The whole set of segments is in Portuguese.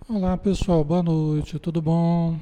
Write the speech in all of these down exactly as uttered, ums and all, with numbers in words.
Olá pessoal, boa noite, tudo bom?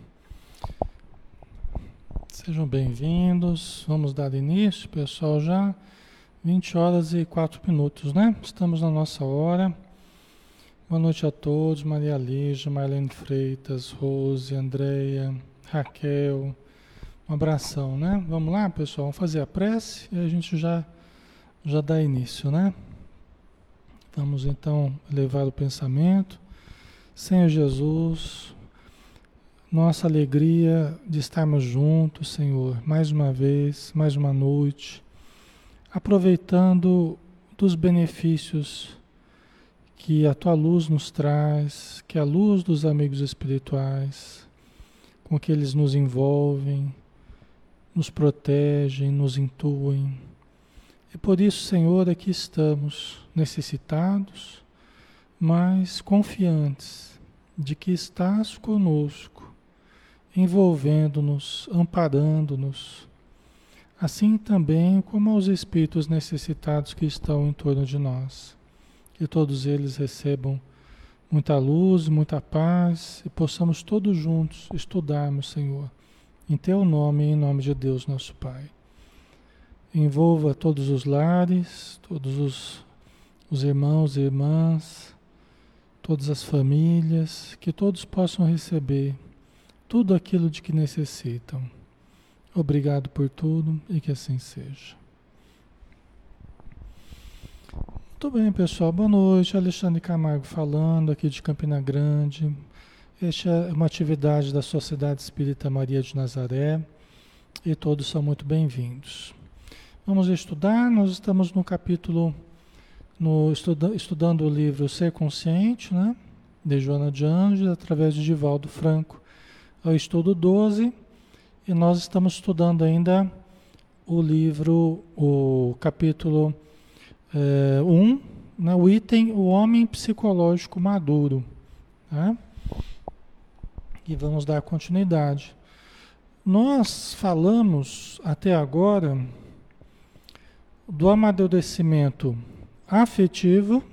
Sejam bem-vindos. Vamos dar início, pessoal, já vinte horas e quatro minutos, né? Estamos na nossa hora. Boa noite a todos, Maria Lígia, Marlene Freitas, Rose, Andréia, Raquel. Um abração, né? Vamos lá, pessoal, vamos fazer a prece e a gente já, já dá início, né? Vamos então elevar o pensamento. Senhor Jesus, nossa alegria de estarmos juntos, Senhor, mais uma vez, mais uma noite, aproveitando dos benefícios que a Tua luz nos traz, que a luz dos amigos espirituais, com que eles nos envolvem, nos protegem, nos intuem. E por isso, Senhor, aqui estamos necessitados, mas confiantes de que estás conosco, envolvendo-nos, amparando-nos, assim também como aos espíritos necessitados que estão em torno de nós. Que todos eles recebam muita luz, muita paz e possamos todos juntos estudarmos, Senhor, em Teu nome e em nome de Deus, nosso Pai. Envolva todos os lares, todos os, os irmãos e irmãs, todas as famílias, que todos possam receber tudo aquilo de que necessitam. Obrigado por tudo e que assim seja. Muito bem, pessoal. Boa noite. Alexandre Camargo falando aqui de Campina Grande. Esta é uma atividade da Sociedade Espírita Maria de Nazaré e todos são muito bem-vindos. Vamos estudar. Nós estamos no capítulo, no, estuda, estudando o livro Ser Consciente, né? De Joana de Ângeles, através de Divaldo Franco. É o estudo doze, e nós estamos estudando ainda o livro, o capítulo é, um, né, o item O Homem Psicológico Maduro. Tá? E vamos dar continuidade. Nós falamos até agora do amadurecimento afetivo,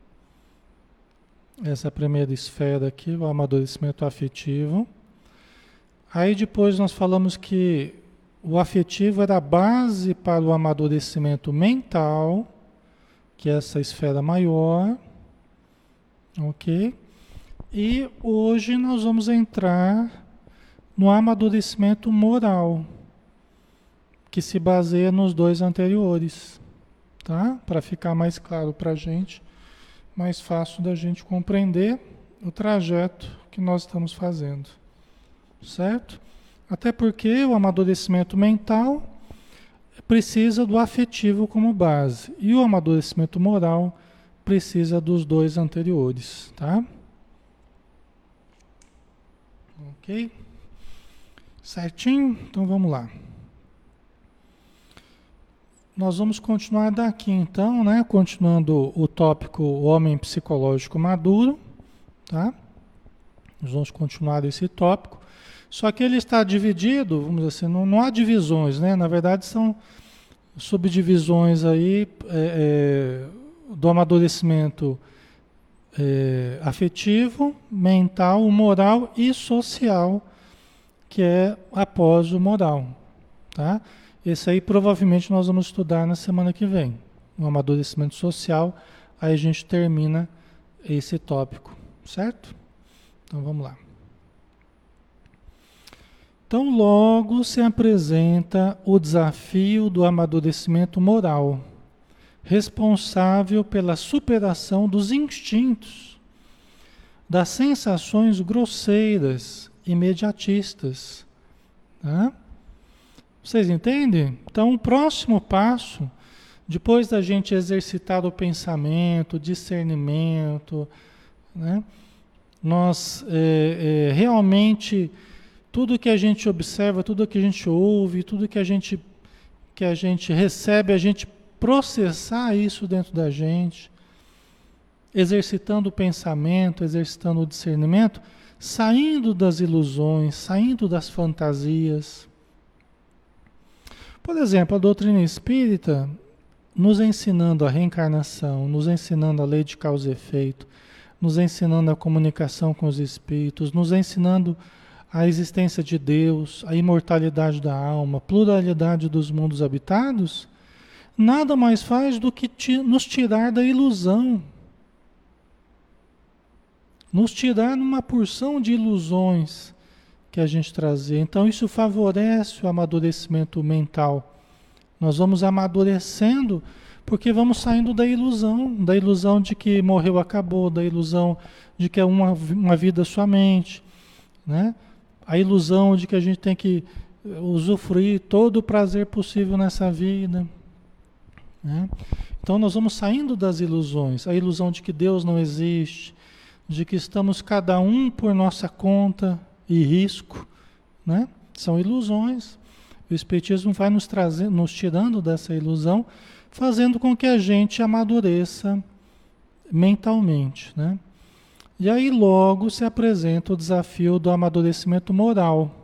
essa primeira esfera aqui, o amadurecimento afetivo. Aí depois nós falamos que o afetivo era a base para o amadurecimento mental, que é essa esfera maior, ok? E hoje nós vamos entrar no amadurecimento moral, que se baseia nos dois anteriores, tá? Para ficar mais claro para a gente, mais fácil da gente compreender o trajeto que nós estamos fazendo. Certo? Até porque o amadurecimento mental precisa do afetivo como base e o amadurecimento moral precisa dos dois anteriores, tá? Ok? Certinho? Então vamos lá. Nós vamos continuar daqui então, né? Continuando o tópico o homem psicológico maduro, tá? Nós vamos continuar esse tópico. Só que ele está dividido, vamos dizer assim, não, não há divisões, né? Na verdade são subdivisões aí é, é, do amadurecimento é, afetivo, mental, moral e social, que é após o moral, tá? Esse aí provavelmente nós vamos estudar na semana que vem, o amadurecimento social, aí a gente termina esse tópico, certo? Então vamos lá. Então, logo se apresenta o desafio do amadurecimento moral, responsável pela superação dos instintos, das sensações grosseiras, imediatistas. Tá? Vocês entendem? Então, o próximo passo, depois da gente exercitar o pensamento, o discernimento, né? Nós é, é, realmente... Tudo que a gente observa, tudo que a gente ouve, tudo que a gente, que a gente recebe, a gente processar isso dentro da gente, exercitando o pensamento, exercitando o discernimento, saindo das ilusões, saindo das fantasias. Por exemplo, a doutrina espírita, nos ensinando a reencarnação, nos ensinando a lei de causa e efeito, nos ensinando a comunicação com os espíritos, nos ensinando a existência de Deus, a imortalidade da alma, a pluralidade dos mundos habitados, nada mais faz do que ti- nos tirar da ilusão. Nos tirar uma porção de ilusões que a gente trazia. Então isso favorece o amadurecimento mental. Nós vamos amadurecendo porque vamos saindo da ilusão, da ilusão de que morreu, acabou, da ilusão de que é uma, uma vida somente, né? A ilusão de que a gente tem que usufruir todo o prazer possível nessa vida, né? Então nós vamos saindo das ilusões, a ilusão de que Deus não existe, de que estamos cada um por nossa conta e risco, né? São ilusões. O Espiritismo vai nos trazendo, nos tirando dessa ilusão, fazendo com que a gente amadureça mentalmente, né? E aí logo se apresenta o desafio do amadurecimento moral,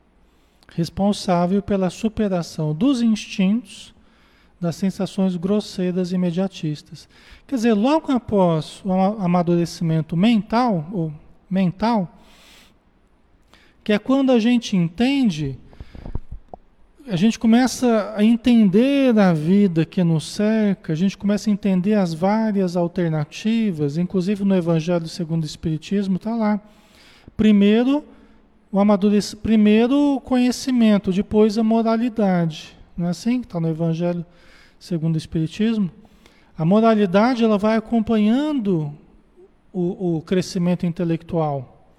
responsável pela superação dos instintos, das sensações grosseiras e imediatistas. Quer dizer, logo após o amadurecimento mental, ou mental, que é quando a gente entende, a gente começa a entender a vida que nos cerca, a gente começa a entender as várias alternativas, inclusive no Evangelho segundo o Espiritismo, está lá. Primeiro, o amadurecimento, primeiro o conhecimento, depois a moralidade. Não é assim que está no Evangelho segundo o Espiritismo? A moralidade ela vai acompanhando o, o crescimento intelectual.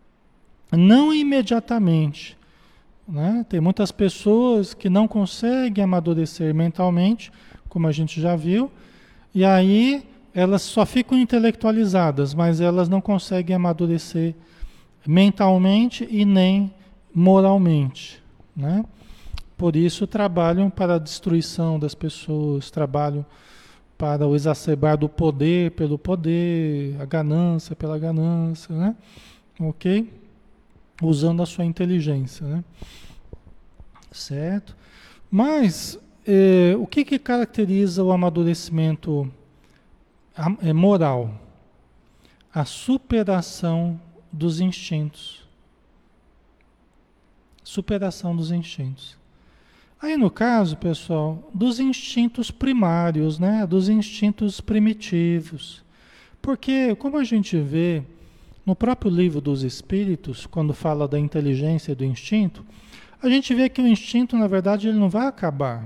Não imediatamente. Né? Tem muitas pessoas que não conseguem amadurecer mentalmente, como a gente já viu, e aí elas só ficam intelectualizadas, mas elas não conseguem amadurecer mentalmente e nem moralmente, né? Por isso trabalham para a destruição das pessoas, trabalham para o exacerbar do poder pelo poder, a ganância pela ganância, né? Ok? Usando a sua inteligência, né? Certo? Mas eh, o que, que caracteriza o amadurecimento moral? A superação dos instintos. Superação dos instintos. Aí no caso, pessoal, dos instintos primários, né? Dos instintos primitivos. Porque, como a gente vê no próprio livro dos Espíritos, quando fala da inteligência e do instinto, a gente vê que o instinto, na verdade, ele não vai acabar.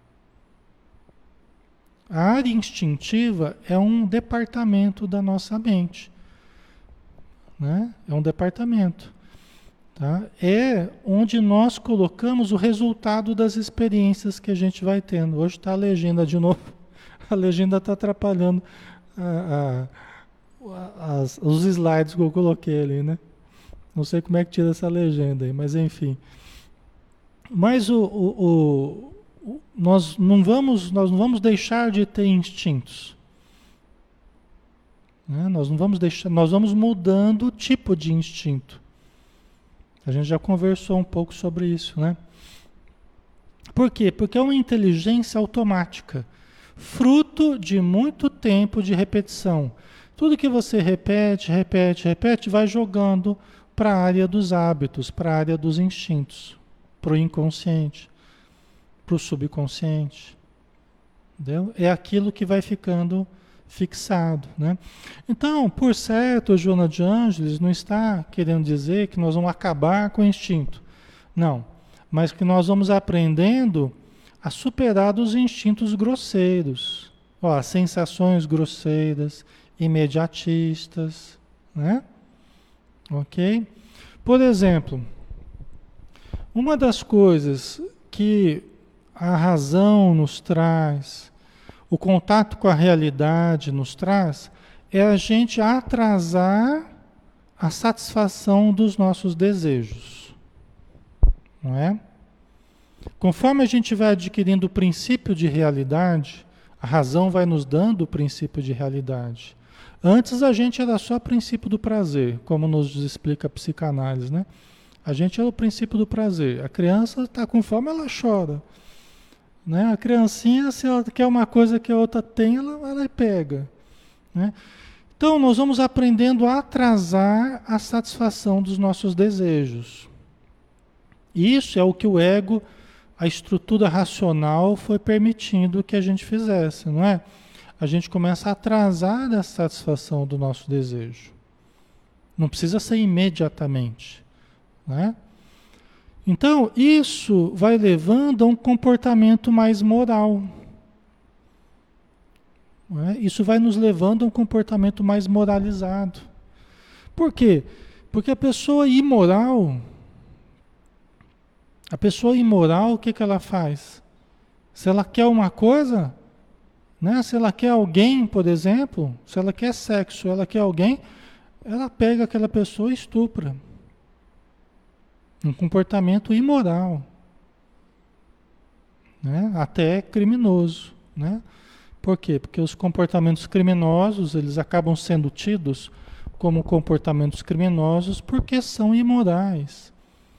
A área instintiva é um departamento da nossa mente, né? É um departamento, tá? É onde nós colocamos o resultado das experiências que a gente vai tendo. Hoje está a legenda de novo, a legenda está atrapalhando a, a, as, os slides que eu coloquei ali, né? Não sei como é que tira essa legenda aí, mas enfim. Mas o, o, o, nós, não vamos, nós não vamos deixar de ter instintos. Né? Nós não vamos deixar, nós vamos mudando o tipo de instinto. A gente já conversou um pouco sobre isso, né? Por quê? Porque é uma inteligência automática, fruto de muito tempo de repetição. Tudo que você repete, repete, repete, vai jogando para a área dos hábitos, para a área dos instintos. Para o inconsciente, para o subconsciente, entendeu? É aquilo que vai ficando fixado, né? Então, por certo, o Joana de Ângeles não está querendo dizer que nós vamos acabar com o instinto, não, mas que nós vamos aprendendo a superar os instintos grosseiros, ó, as sensações grosseiras, imediatistas, né? Ok? Por exemplo, uma das coisas que a razão nos traz, o contato com a realidade nos traz, é a gente atrasar a satisfação dos nossos desejos. Não é? Conforme a gente vai adquirindo o princípio de realidade, a razão vai nos dando o princípio de realidade. Antes a gente era só princípio do prazer, como nos explica a psicanálise, né? A gente é o princípio do prazer. A criança está com fome, ela chora. Né? A criancinha, se ela quer uma coisa que a outra tem, ela, ela pega. Né? Então, nós vamos aprendendo a atrasar a satisfação dos nossos desejos. Isso é o que o ego, a estrutura racional, foi permitindo que a gente fizesse, não é? A gente começa a atrasar a satisfação do nosso desejo. Não precisa ser imediatamente, né? Então, isso vai levando a um comportamento mais moral. Não é? Isso vai nos levando a um comportamento mais moralizado. Por quê? Porque a pessoa imoral, a pessoa imoral, o que, que ela faz? Se ela quer uma coisa, né? Se ela quer alguém, por exemplo, se ela quer sexo, ela quer alguém, ela pega aquela pessoa e estupra. Um comportamento imoral, né? Até criminoso, né? Por quê? Porque os comportamentos criminosos, eles acabam sendo tidos como comportamentos criminosos porque são imorais,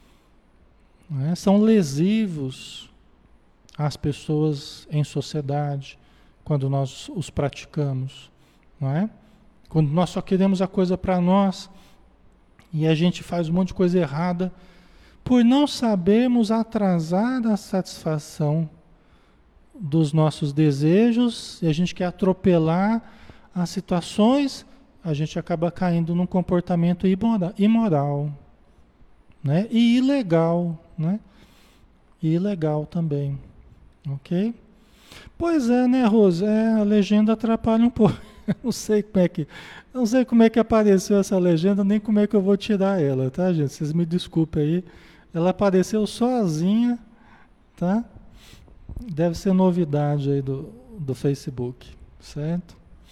né? São lesivos às pessoas em sociedade quando nós os praticamos, não é? Quando nós só queremos a coisa para nós e a gente faz um monte de coisa errada por não sabermos atrasar a satisfação dos nossos desejos, e a gente quer atropelar as situações, a gente acaba caindo num comportamento imora- imoral, né? E ilegal, né? E ilegal também, ok? Pois é, né, Rose? É, a legenda atrapalha um pouco. Não sei como é que, não sei como é que apareceu essa legenda, nem como é que eu vou tirar ela, tá, gente? Vocês me desculpem aí. Ela apareceu sozinha, tá? Deve ser novidade aí do, do Facebook, certo?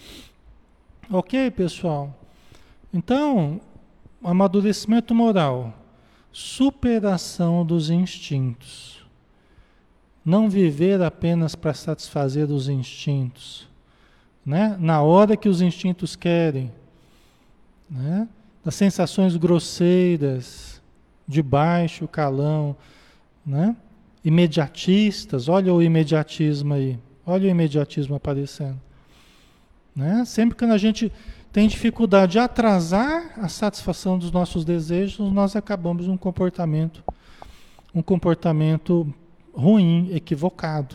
Ok, pessoal? Então, amadurecimento moral, superação dos instintos. Não viver apenas para satisfazer os instintos, né? Na hora que os instintos querem, né? Das sensações grosseiras, de baixo calão, né? Imediatistas, olha o imediatismo aí, olha o imediatismo aparecendo, né? Sempre que a gente tem dificuldade de atrasar a satisfação dos nossos desejos, nós acabamos um comportamento, um comportamento ruim, equivocado.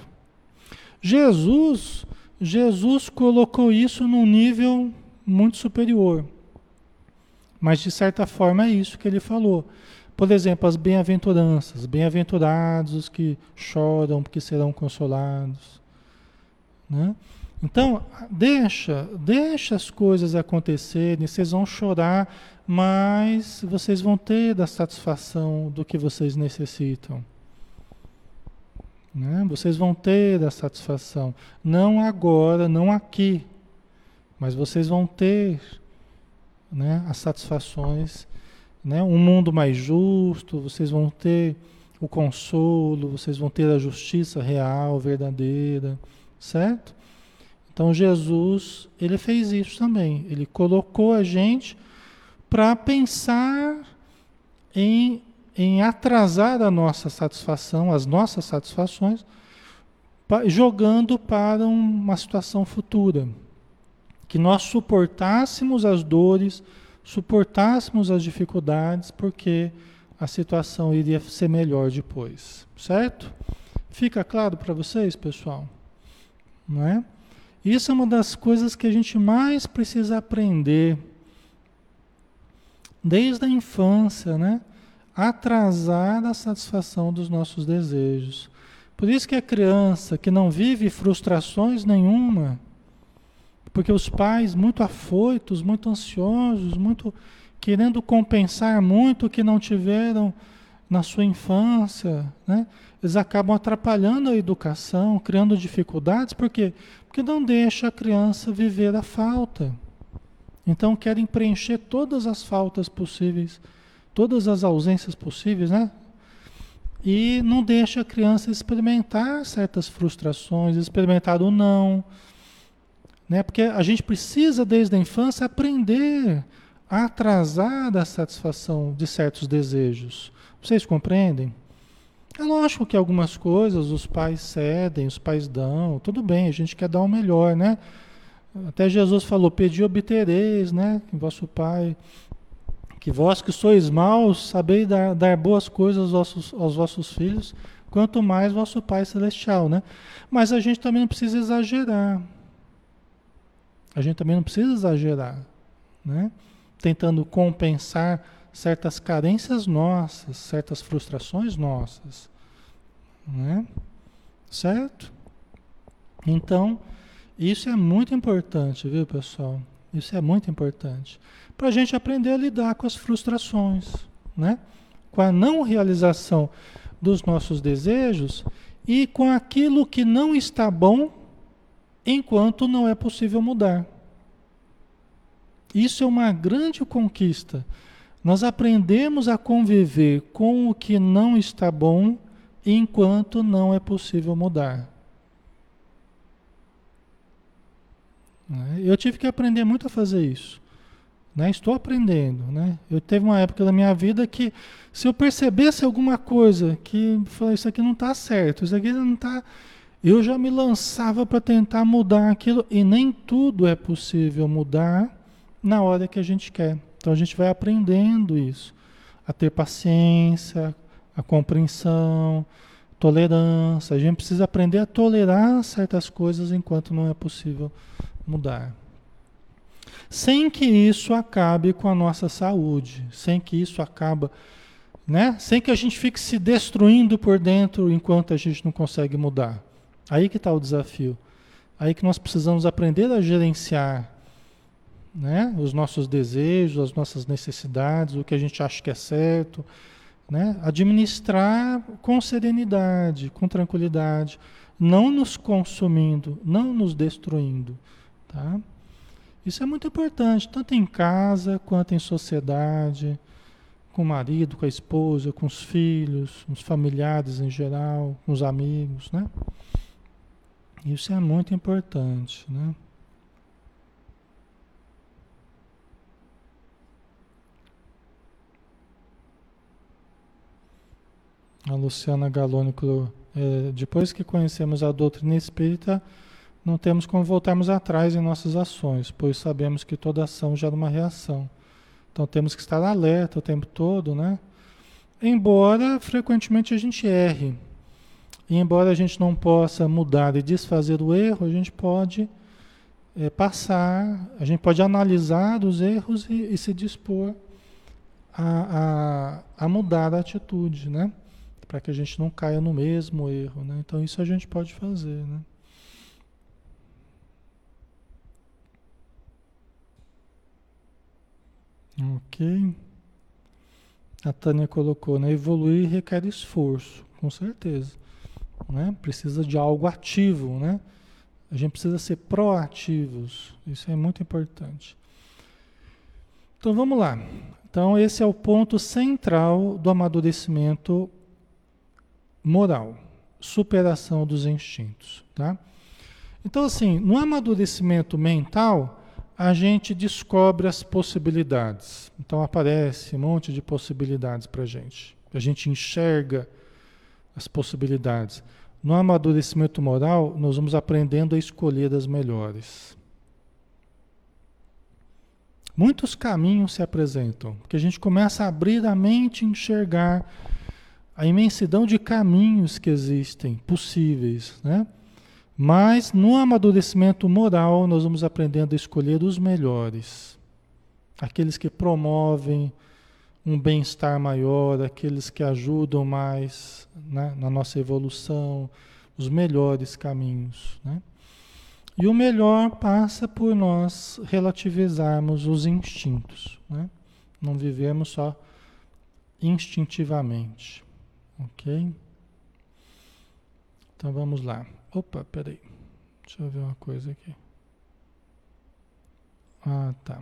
Jesus, Jesus colocou isso num nível muito superior, mas de certa forma é isso que ele falou. Por exemplo, as bem-aventuranças, bem-aventurados os que choram porque serão consolados, né? Então, deixa, deixa as coisas acontecerem, vocês vão chorar, mas vocês vão ter da satisfação do que vocês necessitam, né? Vocês vão ter da satisfação, não agora, não aqui, mas vocês vão ter, né, as satisfações, né? Um mundo mais justo, vocês vão ter o consolo, vocês vão ter a justiça real, verdadeira, certo? Então Jesus, ele fez isso também, ele colocou a gente para pensar em, em atrasar a nossa satisfação, as nossas satisfações, pa, jogando para uma situação futura, que nós suportássemos as dores, suportássemos as dificuldades, porque a situação iria ser melhor depois, certo? Fica claro para vocês, pessoal? Não é? Isso é uma das coisas que a gente mais precisa aprender desde a infância, né? Atrasar a satisfação dos nossos desejos. Por isso que a criança que não vive frustrações nenhuma, porque os pais muito afoitos, muito ansiosos, muito querendo compensar muito o que não tiveram na sua infância, né? Eles acabam atrapalhando a educação, criando dificuldades, por quê? Porque não deixa a criança viver a falta. Então querem preencher todas as faltas possíveis, todas as ausências possíveis, né? E não deixa a criança experimentar certas frustrações, experimentar o não, né? Porque a gente precisa, desde a infância, aprender a atrasar a satisfação de certos desejos. Vocês compreendem? É lógico que algumas coisas os pais cedem, os pais dão, tudo bem, a gente quer dar o melhor, né? Até Jesus falou, pedi obtereis, né? Que vosso Pai, que vós que sois maus, sabeis dar, dar boas coisas aos vossos, aos vossos filhos, quanto mais vosso Pai Celestial, né? Mas a gente também não precisa exagerar. A gente também não precisa exagerar, né? Tentando compensar certas carências nossas, certas frustrações nossas, né? Certo? Então, isso é muito importante, viu, pessoal? Isso é muito importante. Para a gente aprender a lidar com as frustrações, né? Com a não realização dos nossos desejos e com aquilo que não está bom enquanto não é possível mudar. Isso é uma grande conquista. Nós aprendemos a conviver com o que não está bom enquanto não é possível mudar. Eu tive que aprender muito a fazer isso. Né? Estou aprendendo. Né? Eu teve uma época da minha vida que, se eu percebesse alguma coisa que falei, isso aqui não está certo, isso aqui não está. Eu já me lançava para tentar mudar aquilo, e nem tudo é possível mudar na hora que a gente quer. Então a gente vai aprendendo isso, a ter paciência, a compreensão, tolerância. A gente precisa aprender a tolerar certas coisas enquanto não é possível mudar. Sem que isso acabe com a nossa saúde, sem que isso acabe, né? Sem que a gente fique se destruindo por dentro enquanto a gente não consegue mudar. Aí que está o desafio. Aí que nós precisamos aprender a gerenciar, né? Os nossos desejos, as nossas necessidades, o que a gente acha que é certo, né? Administrar com serenidade, com tranquilidade, não nos consumindo, não nos destruindo, tá? Isso é muito importante, tanto em casa quanto em sociedade, com o marido, com a esposa, com os filhos, com os familiares em geral, com os amigos, né? Isso é muito importante, né? A Luciana Galoni falou, é, depois que conhecemos a doutrina espírita, não temos como voltarmos atrás em nossas ações, pois sabemos que toda ação gera uma reação. Então temos que estar alerta o tempo todo, né? Embora frequentemente a gente erre, e embora a gente não possa mudar e desfazer o erro, a gente pode é, passar, a gente pode analisar os erros e, e se dispor a, a, a mudar a atitude, né? Para que a gente não caia no mesmo erro, né? Então isso a gente pode fazer, né? Ok. A Tânia colocou, né? Evoluir requer esforço, com certeza. Né? Precisa de algo ativo, né? A gente precisa ser proativos. Isso é muito importante. Então vamos lá. Então esse é o ponto central do amadurecimento moral. Superação dos instintos, tá? Então assim, no amadurecimento mental, a gente descobre as possibilidades. Então aparece um monte de possibilidades para a gente. A gente enxerga as possibilidades. No amadurecimento moral, nós vamos aprendendo a escolher as melhores. Muitos caminhos se apresentam, porque a gente começa a abrir a mente e enxergar a imensidão de caminhos que existem, possíveis, né? Mas no amadurecimento moral, nós vamos aprendendo a escolher os melhores. Aqueles que promovem um bem-estar maior, aqueles que ajudam mais, né, na nossa evolução, os melhores caminhos, né? E o melhor passa por nós relativizarmos os instintos, né? Não vivemos só instintivamente, ok? Então vamos lá. Opa, peraí. Deixa eu ver uma coisa aqui. Ah, tá.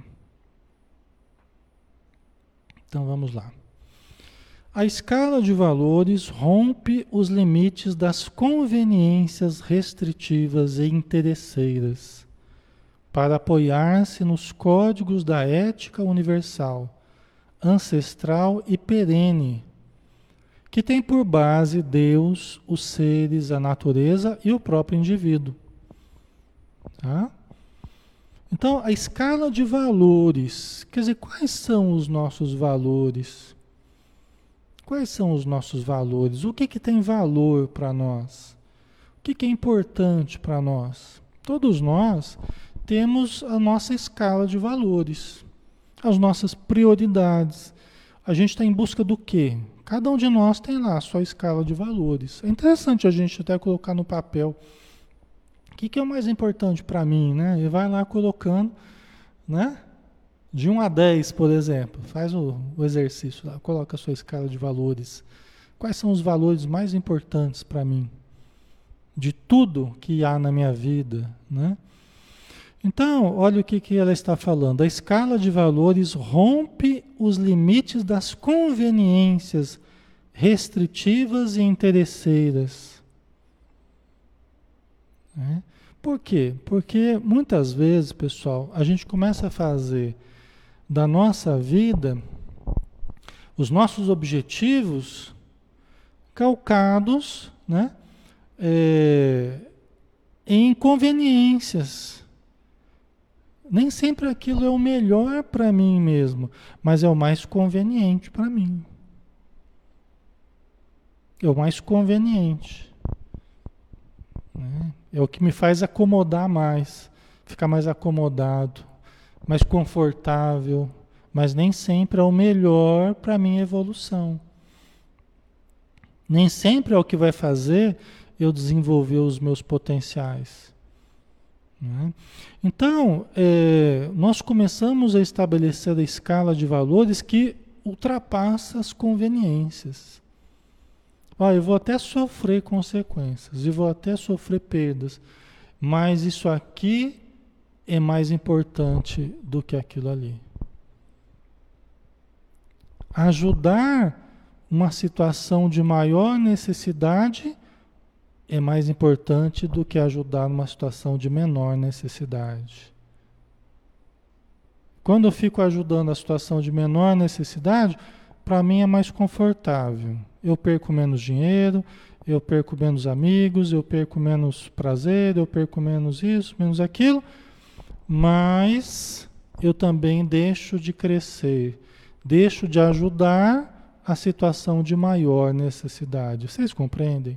Então vamos lá. A escala de valores rompe os limites das conveniências restritivas e interesseiras para apoiar-se nos códigos da ética universal, ancestral e perene, que tem por base Deus, os seres, a natureza e o próprio indivíduo. Tá? Então, a escala de valores, quer dizer, quais são os nossos valores? Quais são os nossos valores? O que que tem valor para nós? O que que é importante para nós? Todos nós temos a nossa escala de valores, as nossas prioridades. A gente está em busca do quê? Cada um de nós tem lá a sua escala de valores. É interessante a gente até colocar no papel o que, que é o mais importante para mim, né? E vai lá colocando, né? De um a dez, por exemplo. Faz o, o exercício lá, coloca a sua escala de valores. Quais são os valores mais importantes para mim? De tudo que há na minha vida, né? Então, olha o que, que ela está falando. A escala de valores rompe os limites das conveniências restritivas e interesseiras. Né? Por quê? Porque muitas vezes, pessoal, a gente começa a fazer da nossa vida os nossos objetivos calcados, né, é, em conveniências. Nem sempre aquilo é o melhor para mim mesmo, mas é o mais conveniente para mim. É o mais conveniente. Né? É o que me faz acomodar mais, ficar mais acomodado, mais confortável, mas nem sempre é o melhor para a minha evolução. Nem sempre é o que vai fazer eu desenvolver os meus potenciais. Né? Então, é, nós começamos a estabelecer a escala de valores que ultrapassa as conveniências. Ah, eu vou até sofrer consequências, e vou até sofrer perdas, mas isso aqui é mais importante do que aquilo ali. Ajudar uma situação de maior necessidade é mais importante do que ajudar numa situação de menor necessidade. Quando eu fico ajudando a situação de menor necessidade, para mim é mais confortável. Eu perco menos dinheiro, eu perco menos amigos, eu perco menos prazer, eu perco menos isso, menos aquilo, mas eu também deixo de crescer, deixo de ajudar a situação de maior necessidade. Vocês compreendem?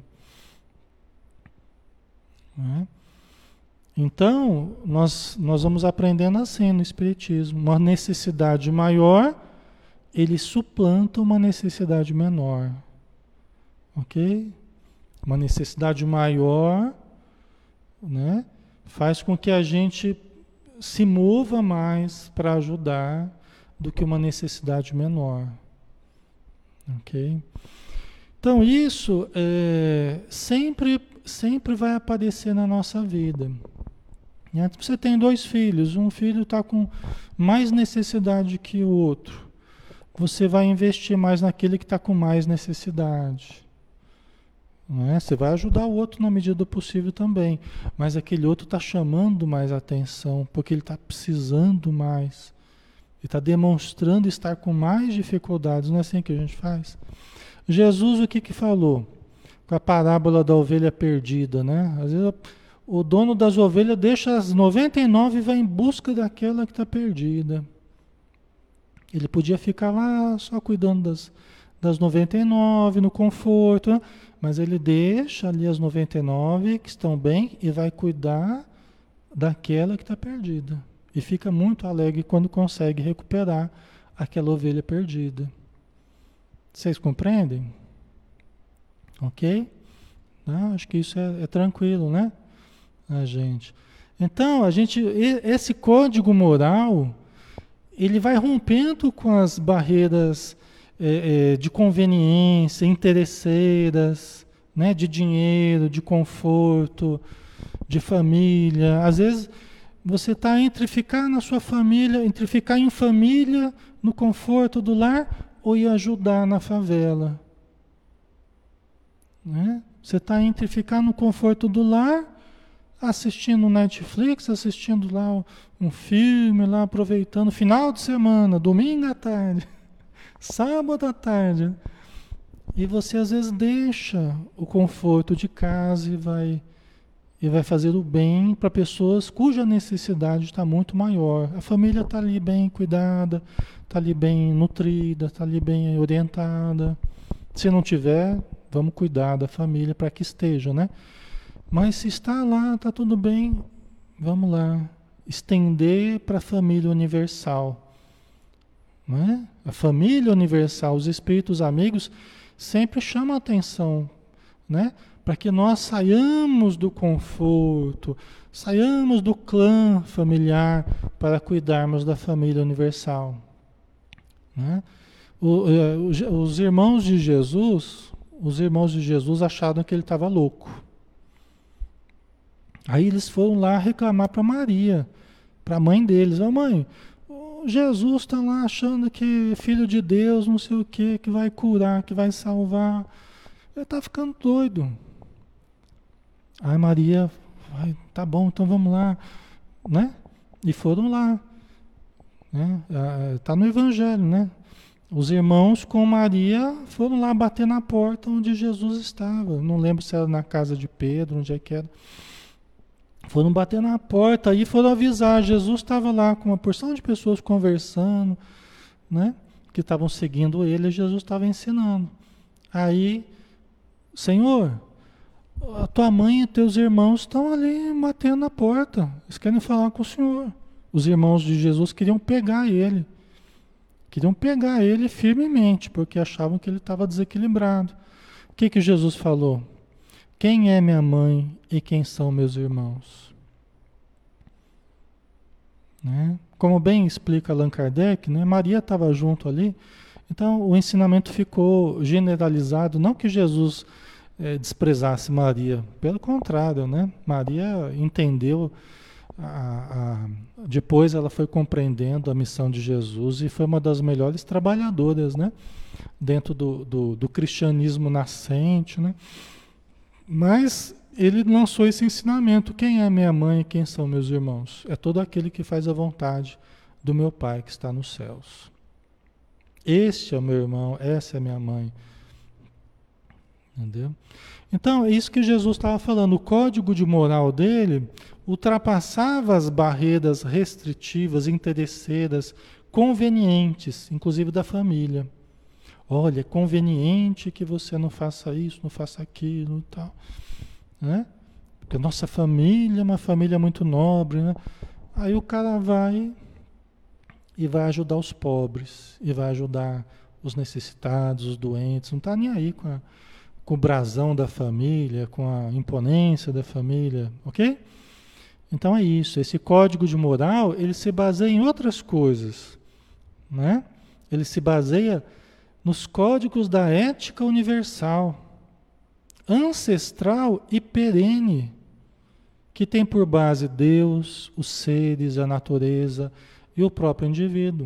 Né? Então, nós, nós vamos aprendendo assim no Espiritismo. Uma necessidade maior, ele suplanta uma necessidade menor. Ok? Uma necessidade maior, né, faz com que a gente se mova mais para ajudar do que uma necessidade menor. Ok? Então, isso é, sempre... sempre vai aparecer na nossa vida. Você tem dois filhos, um filho está com mais necessidade que o outro. Você vai investir mais naquele que está com mais necessidade. Não é? Você vai ajudar o outro na medida do possível também, mas aquele outro está chamando mais atenção, porque ele está precisando mais. Ele está demonstrando estar com mais dificuldades. Não é assim que a gente faz? Jesus, o que que falou? Com a parábola da ovelha perdida, né? Às vezes o dono das ovelhas deixa as noventa e nove e vai em busca daquela que está perdida. Ele podia ficar lá só cuidando das, das noventa e nove, no conforto, né? Mas ele deixa ali as noventa e nove que estão bem e vai cuidar daquela que está perdida. E fica muito alegre quando consegue recuperar aquela ovelha perdida. Vocês compreendem? Ok? Não, acho que isso é, é tranquilo, né? A gente. Então, a gente, esse código moral, ele vai rompendo com as barreiras é, é, de conveniência, interesseiras, né? De dinheiro, de conforto, de família. Às vezes, você está entre ficar na sua família, entre ficar em família, no conforto do lar, ou ir ajudar na favela. Né? Você está entre ficar no conforto do lar, assistindo Netflix, assistindo lá um filme, lá aproveitando final de semana, domingo à tarde, sábado à tarde. E você às vezes deixa o conforto de casa e vai, e vai fazer o bem para pessoas cuja necessidade está muito maior. A família está ali bem cuidada, está ali bem nutrida, está ali bem orientada. Se não tiver, vamos cuidar da família para que esteja, né? Mas se está lá, está tudo bem, vamos lá. Estender para a família universal. Não é? A família universal, os espíritos amigos, sempre chamam a atenção, né? Para que nós saiamos do conforto, saiamos do clã familiar para cuidarmos da família universal. Né? O, o, os irmãos de Jesus, os irmãos de Jesus acharam que ele estava louco. Aí eles foram lá reclamar para Maria, para a mãe deles. Ó, mãe, o Jesus está lá achando que é filho de Deus, não sei o que, que vai curar, que vai salvar. Ele está ficando doido. Aí Maria, ai, tá bom, então vamos lá, né? E foram lá, né? Tá no Evangelho, né? Os irmãos com Maria foram lá bater na porta onde Jesus estava. Não lembro se era na casa de Pedro, onde é que era. Foram bater na porta e foram avisar. Jesus estava lá com uma porção de pessoas conversando, né? Que estavam seguindo ele, e Jesus estava ensinando. Aí, Senhor, a tua mãe e teus irmãos estão ali batendo na porta. Eles querem falar com o Senhor. Os irmãos de Jesus queriam pegar ele. Queriam pegar ele firmemente, porque achavam que ele estava desequilibrado. O que que Jesus falou? Quem é minha mãe e quem são meus irmãos? Né? Como bem explica Allan Kardec, né? Maria estava junto ali. Então o ensinamento ficou generalizado. Não que Jesus É, desprezasse Maria, pelo contrário, né? Maria entendeu, a, a, depois ela foi compreendendo a missão de Jesus e foi uma das melhores trabalhadoras, né? Dentro do, do, do cristianismo nascente, né? Mas ele lançou esse ensinamento: quem é minha mãe e quem são meus irmãos? É todo aquele que faz a vontade do meu Pai que está nos céus. Este é o meu irmão, essa é a minha mãe. Entendeu? Então, é isso que Jesus estava falando. O código de moral dele ultrapassava as barreiras restritivas, interesseiras, convenientes, inclusive da família. Olha, é conveniente que você não faça isso, não faça aquilo e tal. Né? Porque a nossa família é uma família muito nobre. Né? Aí o cara vai e vai ajudar os pobres, e vai ajudar os necessitados, os doentes, não está nem aí com a com o brasão da família, com a imponência da família, ok? Então é isso, esse código de moral, ele se baseia em outras coisas, né? Ele se baseia nos códigos da ética universal, ancestral e perene, que tem por base Deus, os seres, a natureza e o próprio indivíduo,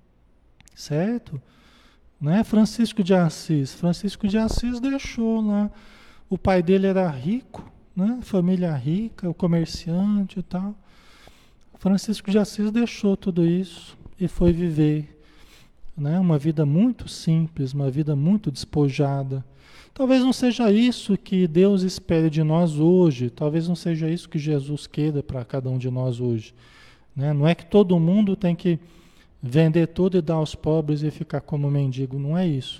certo? Né? Francisco de Assis. Francisco de Assis deixou lá. O pai dele era rico, né? Família rica, o comerciante e tal. Francisco de Assis deixou tudo isso e foi viver, né? Uma vida muito simples, uma vida muito despojada. Talvez não seja isso que Deus espere de nós hoje. Talvez não seja isso que Jesus queira para cada um de nós hoje. Né? Não é que todo mundo tem que vender tudo e dar aos pobres e ficar como mendigo, não é isso.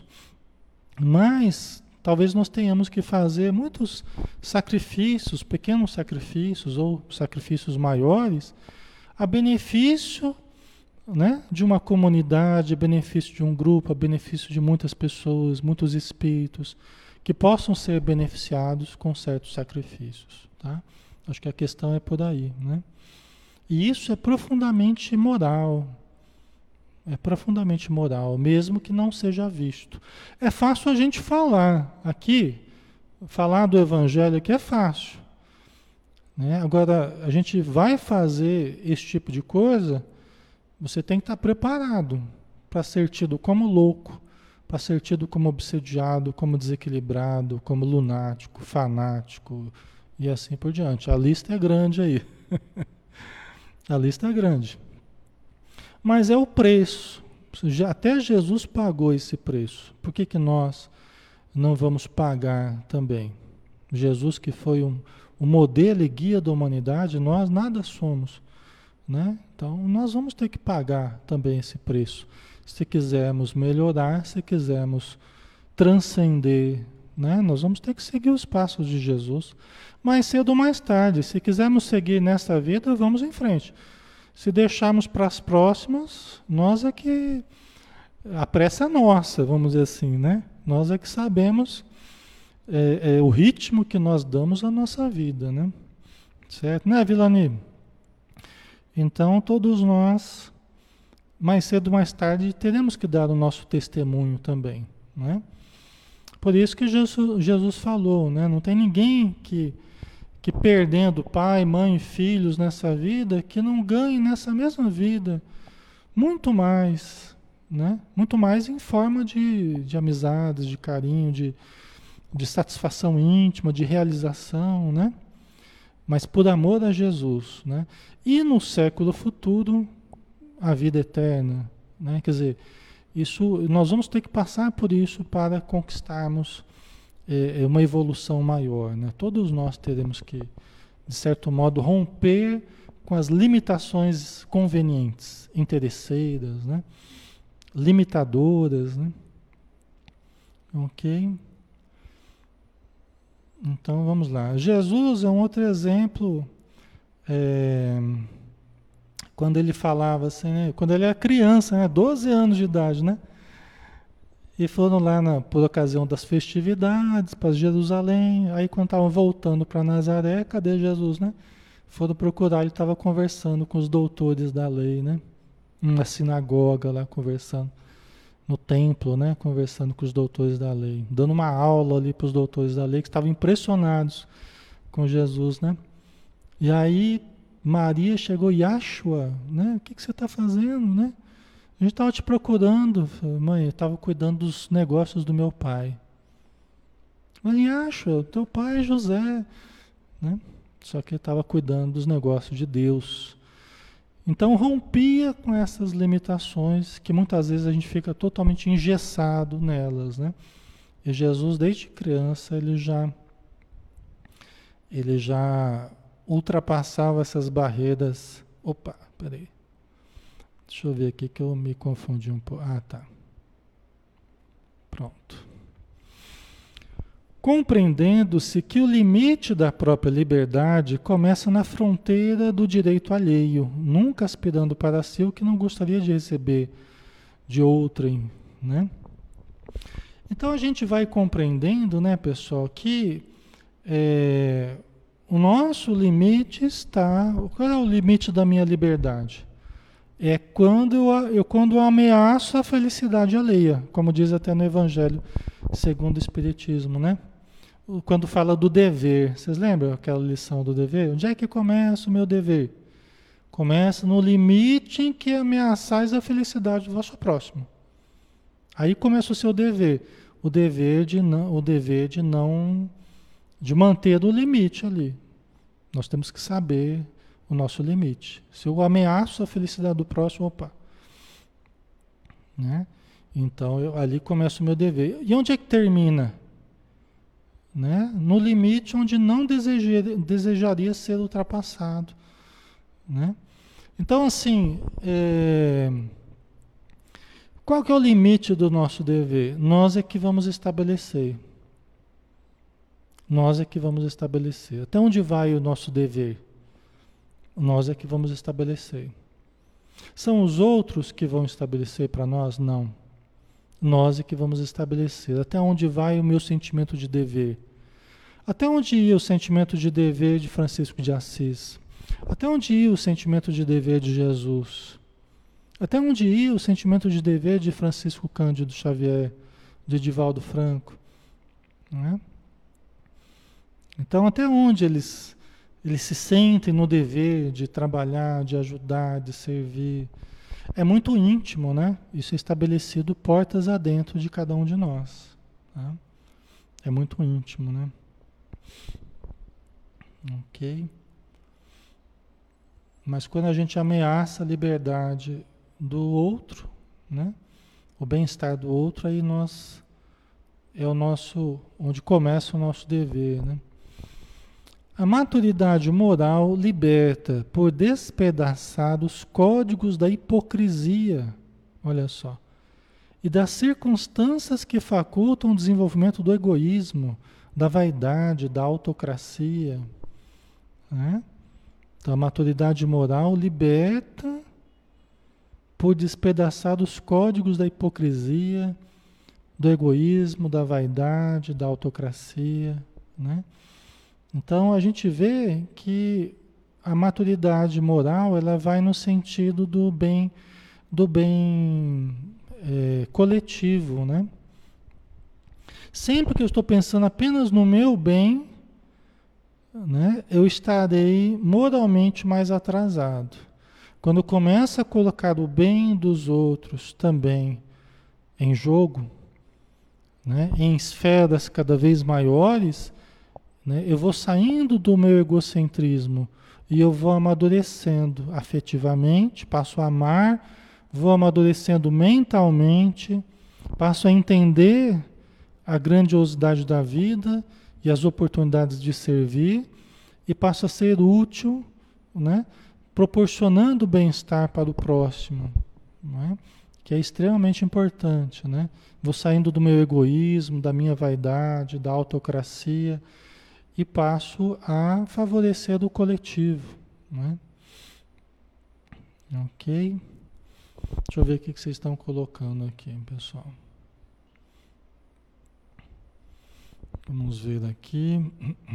Mas talvez nós tenhamos que fazer muitos sacrifícios, pequenos sacrifícios ou sacrifícios maiores, a benefício, né, de uma comunidade, a benefício de um grupo, a benefício de muitas pessoas, muitos espíritos, que possam ser beneficiados com certos sacrifícios. Tá? Acho que a questão é por aí. Né? E isso é profundamente moral. É profundamente moral, mesmo que não seja visto. É fácil a gente falar aqui, falar do Evangelho aqui é fácil. Né? Agora, a gente vai fazer esse tipo de coisa, você tem que estar preparado para ser tido como louco, para ser tido como obsediado, como desequilibrado, como lunático, fanático e assim por diante. A lista é grande aí. A lista é grande. Mas é o preço. Já, até Jesus pagou esse preço. Por que que nós não vamos pagar também? Jesus, que foi um, o modelo e guia da humanidade, nós nada somos, né? Então nós vamos ter que pagar também esse preço. Se quisermos melhorar, se quisermos transcender, né? Nós vamos ter que seguir os passos de Jesus. Mais cedo ou mais tarde, se quisermos seguir nessa vida, vamos em frente. Se deixarmos para as próximas, nós é que... A pressa é nossa, vamos dizer assim, né? Nós é que sabemos é, é, o ritmo que nós damos à nossa vida, né? Certo? Né, Vilani? Então, todos nós, mais cedo ou mais tarde, teremos que dar o nosso testemunho também, né? Por isso que Jesus, Jesus falou, né? Não tem ninguém que, que perdendo pai, mãe, filhos nessa vida, que não ganhe nessa mesma vida muito mais, né? Muito mais em forma de, de amizades, de carinho, de, de satisfação íntima, de realização, né? Mas por amor a Jesus, né? E no século futuro, a vida eterna, né? Quer dizer, isso, nós vamos ter que passar por isso para conquistarmos é, uma evolução maior, né? Todos nós teremos que, de certo modo, romper com as limitações convenientes, interesseiras, né? Limitadoras, né? Ok? Então vamos lá. Jesus é um outro exemplo, é, quando ele falava assim, né? Quando ele era criança, né? doze anos de idade, né? E foram lá na, por ocasião das festividades para Jerusalém. Aí quando estavam voltando para Nazaré, cadê Jesus, né? Foram procurar, ele estava conversando com os doutores da lei, né? Na sinagoga lá, conversando. No templo, né? Conversando com os doutores da lei. Dando uma aula ali para os doutores da lei, que estavam impressionados com Jesus, né? E aí Maria chegou, Yashua, né? O que, que você está fazendo, né? A gente estava te procurando. Mãe, eu estava cuidando dos negócios do meu pai. Mas Yashua, teu pai é José, né? Só que ele estava cuidando dos negócios de Deus. Então rompia com essas limitações que muitas vezes a gente fica totalmente engessado nelas, né? E Jesus, desde criança, ele já, ele já ultrapassava essas barreiras. Opa, peraí. Deixa eu ver aqui que eu me confundi um pouco. Ah, tá. Pronto. Compreendendo-se que o limite da própria liberdade começa na fronteira do direito alheio, nunca aspirando para si o que não gostaria de receber de outrem, né? Então a gente vai compreendendo, né, pessoal, que é, o nosso limite está... Qual é o limite da minha liberdade? É quando eu, eu, quando eu ameaço a felicidade alheia, como diz até no Evangelho segundo o Espiritismo, né? Quando fala do dever, vocês lembram aquela lição do dever? Onde é que começa o meu dever? Começa no limite em que ameaçais a felicidade do vosso próximo. Aí começa o seu dever, o dever de não, o dever de não, de manter o limite ali. Nós temos que saber o nosso limite. Se eu ameaço a felicidade do próximo, opa, né? Então eu, ali começa o meu dever. E onde é que termina? Né? No limite onde não desejaria, desejaria ser ultrapassado, né? Então assim, é... qual que é o limite do nosso dever? Nós é que vamos estabelecer. Nós é que vamos estabelecer. Até onde vai o nosso dever? Nós é que vamos estabelecer. São os outros que vão estabelecer para nós? Não. Nós é que vamos estabelecer. Até onde vai o meu sentimento de dever? Até onde ia o sentimento de dever de Francisco de Assis? Até onde ia o sentimento de dever de Jesus? Até onde ia o sentimento de dever de Francisco Cândido Xavier, de Divaldo Franco? Não é? Então, até onde eles, eles se sentem no dever de trabalhar, de ajudar, de servir? É muito íntimo, né? Isso é estabelecido portas adentro de cada um de nós. Tá? É muito íntimo, né? Ok. Mas quando a gente ameaça a liberdade do outro, né? O bem-estar do outro, aí nós é o nosso, onde começa o nosso dever, né? A maturidade moral liberta por despedaçar os códigos da hipocrisia, olha só, e das circunstâncias que facultam o desenvolvimento do egoísmo, da vaidade, da autocracia, né? Então, a maturidade moral liberta por despedaçar os códigos da hipocrisia, do egoísmo, da vaidade, da autocracia, né? Então a gente vê que a maturidade moral ela vai no sentido do bem, do bem é, coletivo, né? Sempre que eu estou pensando apenas no meu bem, né, eu estarei moralmente mais atrasado. Quando eu começo a colocar o bem dos outros também em jogo, né, em esferas cada vez maiores, né, eu vou saindo do meu egocentrismo e eu vou amadurecendo afetivamente, passo a amar, vou amadurecendo mentalmente, passo a entender a grandiosidade da vida e as oportunidades de servir e passo a ser útil, né, proporcionando bem-estar para o próximo, né, que é extremamente importante, né? Vou saindo do meu egoísmo, da minha vaidade, da autocracia e passo a favorecer o coletivo, né? Ok? Deixa eu ver o que vocês estão colocando aqui, pessoal. Vamos ver aqui.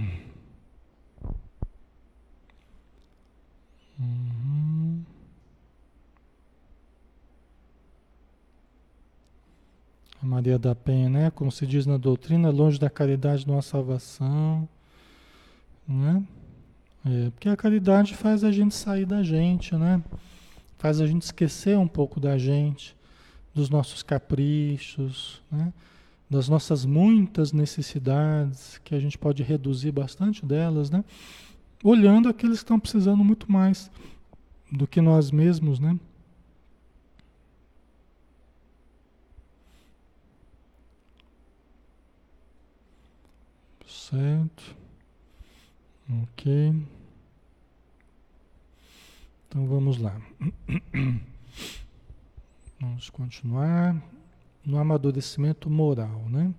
Uhum. A Maria da Penha, né? Como se diz na doutrina, longe da caridade não há salvação, né? É, porque a caridade faz a gente sair da gente, né? Faz a gente esquecer um pouco da gente, dos nossos caprichos, né? Das nossas muitas necessidades, que a gente pode reduzir bastante delas, né? Olhando aqueles que estão precisando muito mais do que nós mesmos, né? Certo. Ok. Então vamos lá. Vamos continuar no amadurecimento moral, né?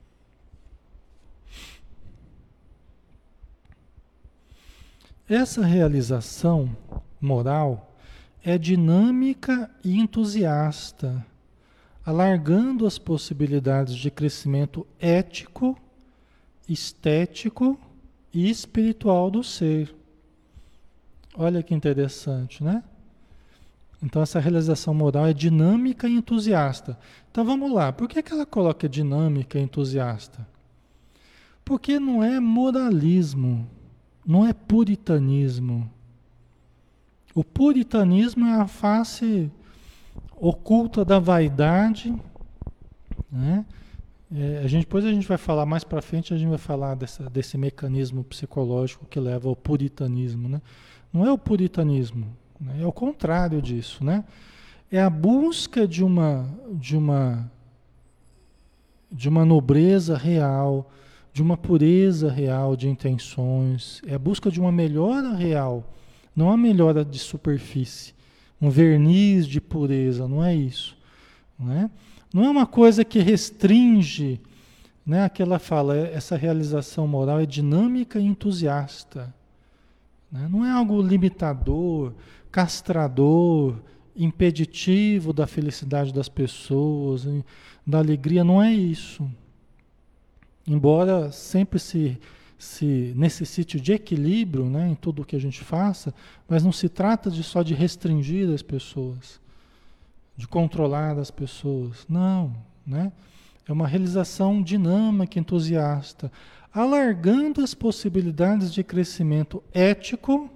Essa realização moral é dinâmica e entusiasta, alargando as possibilidades de crescimento ético, estético e espiritual do ser. Olha que interessante, né? Então essa realização moral é dinâmica e entusiasta. Então vamos lá, por que que ela coloca dinâmica e entusiasta? Porque não é moralismo, não é puritanismo. O puritanismo é a face oculta da vaidade, né? É, a gente, depois a gente vai falar mais para frente, a gente vai falar dessa, desse mecanismo psicológico que leva ao puritanismo, né? Não é o puritanismo, né? É o contrário disso, né? É a busca de uma, de uma, de uma nobreza real, de uma pureza real de intenções, é a busca de uma melhora real, não a melhora de superfície, um verniz de pureza, não é isso, né? Não é uma coisa que restringe, né? Aquela fala, essa realização moral é dinâmica e entusiasta, né? Não é algo limitador, castrador, impeditivo da felicidade das pessoas, da alegria, não é isso. Embora sempre se, se necessite de equilíbrio, né, em tudo o que a gente faça, mas não se trata de só de restringir as pessoas, de controlar as pessoas. Não, né? É uma realização dinâmica, entusiasta, alargando as possibilidades de crescimento ético.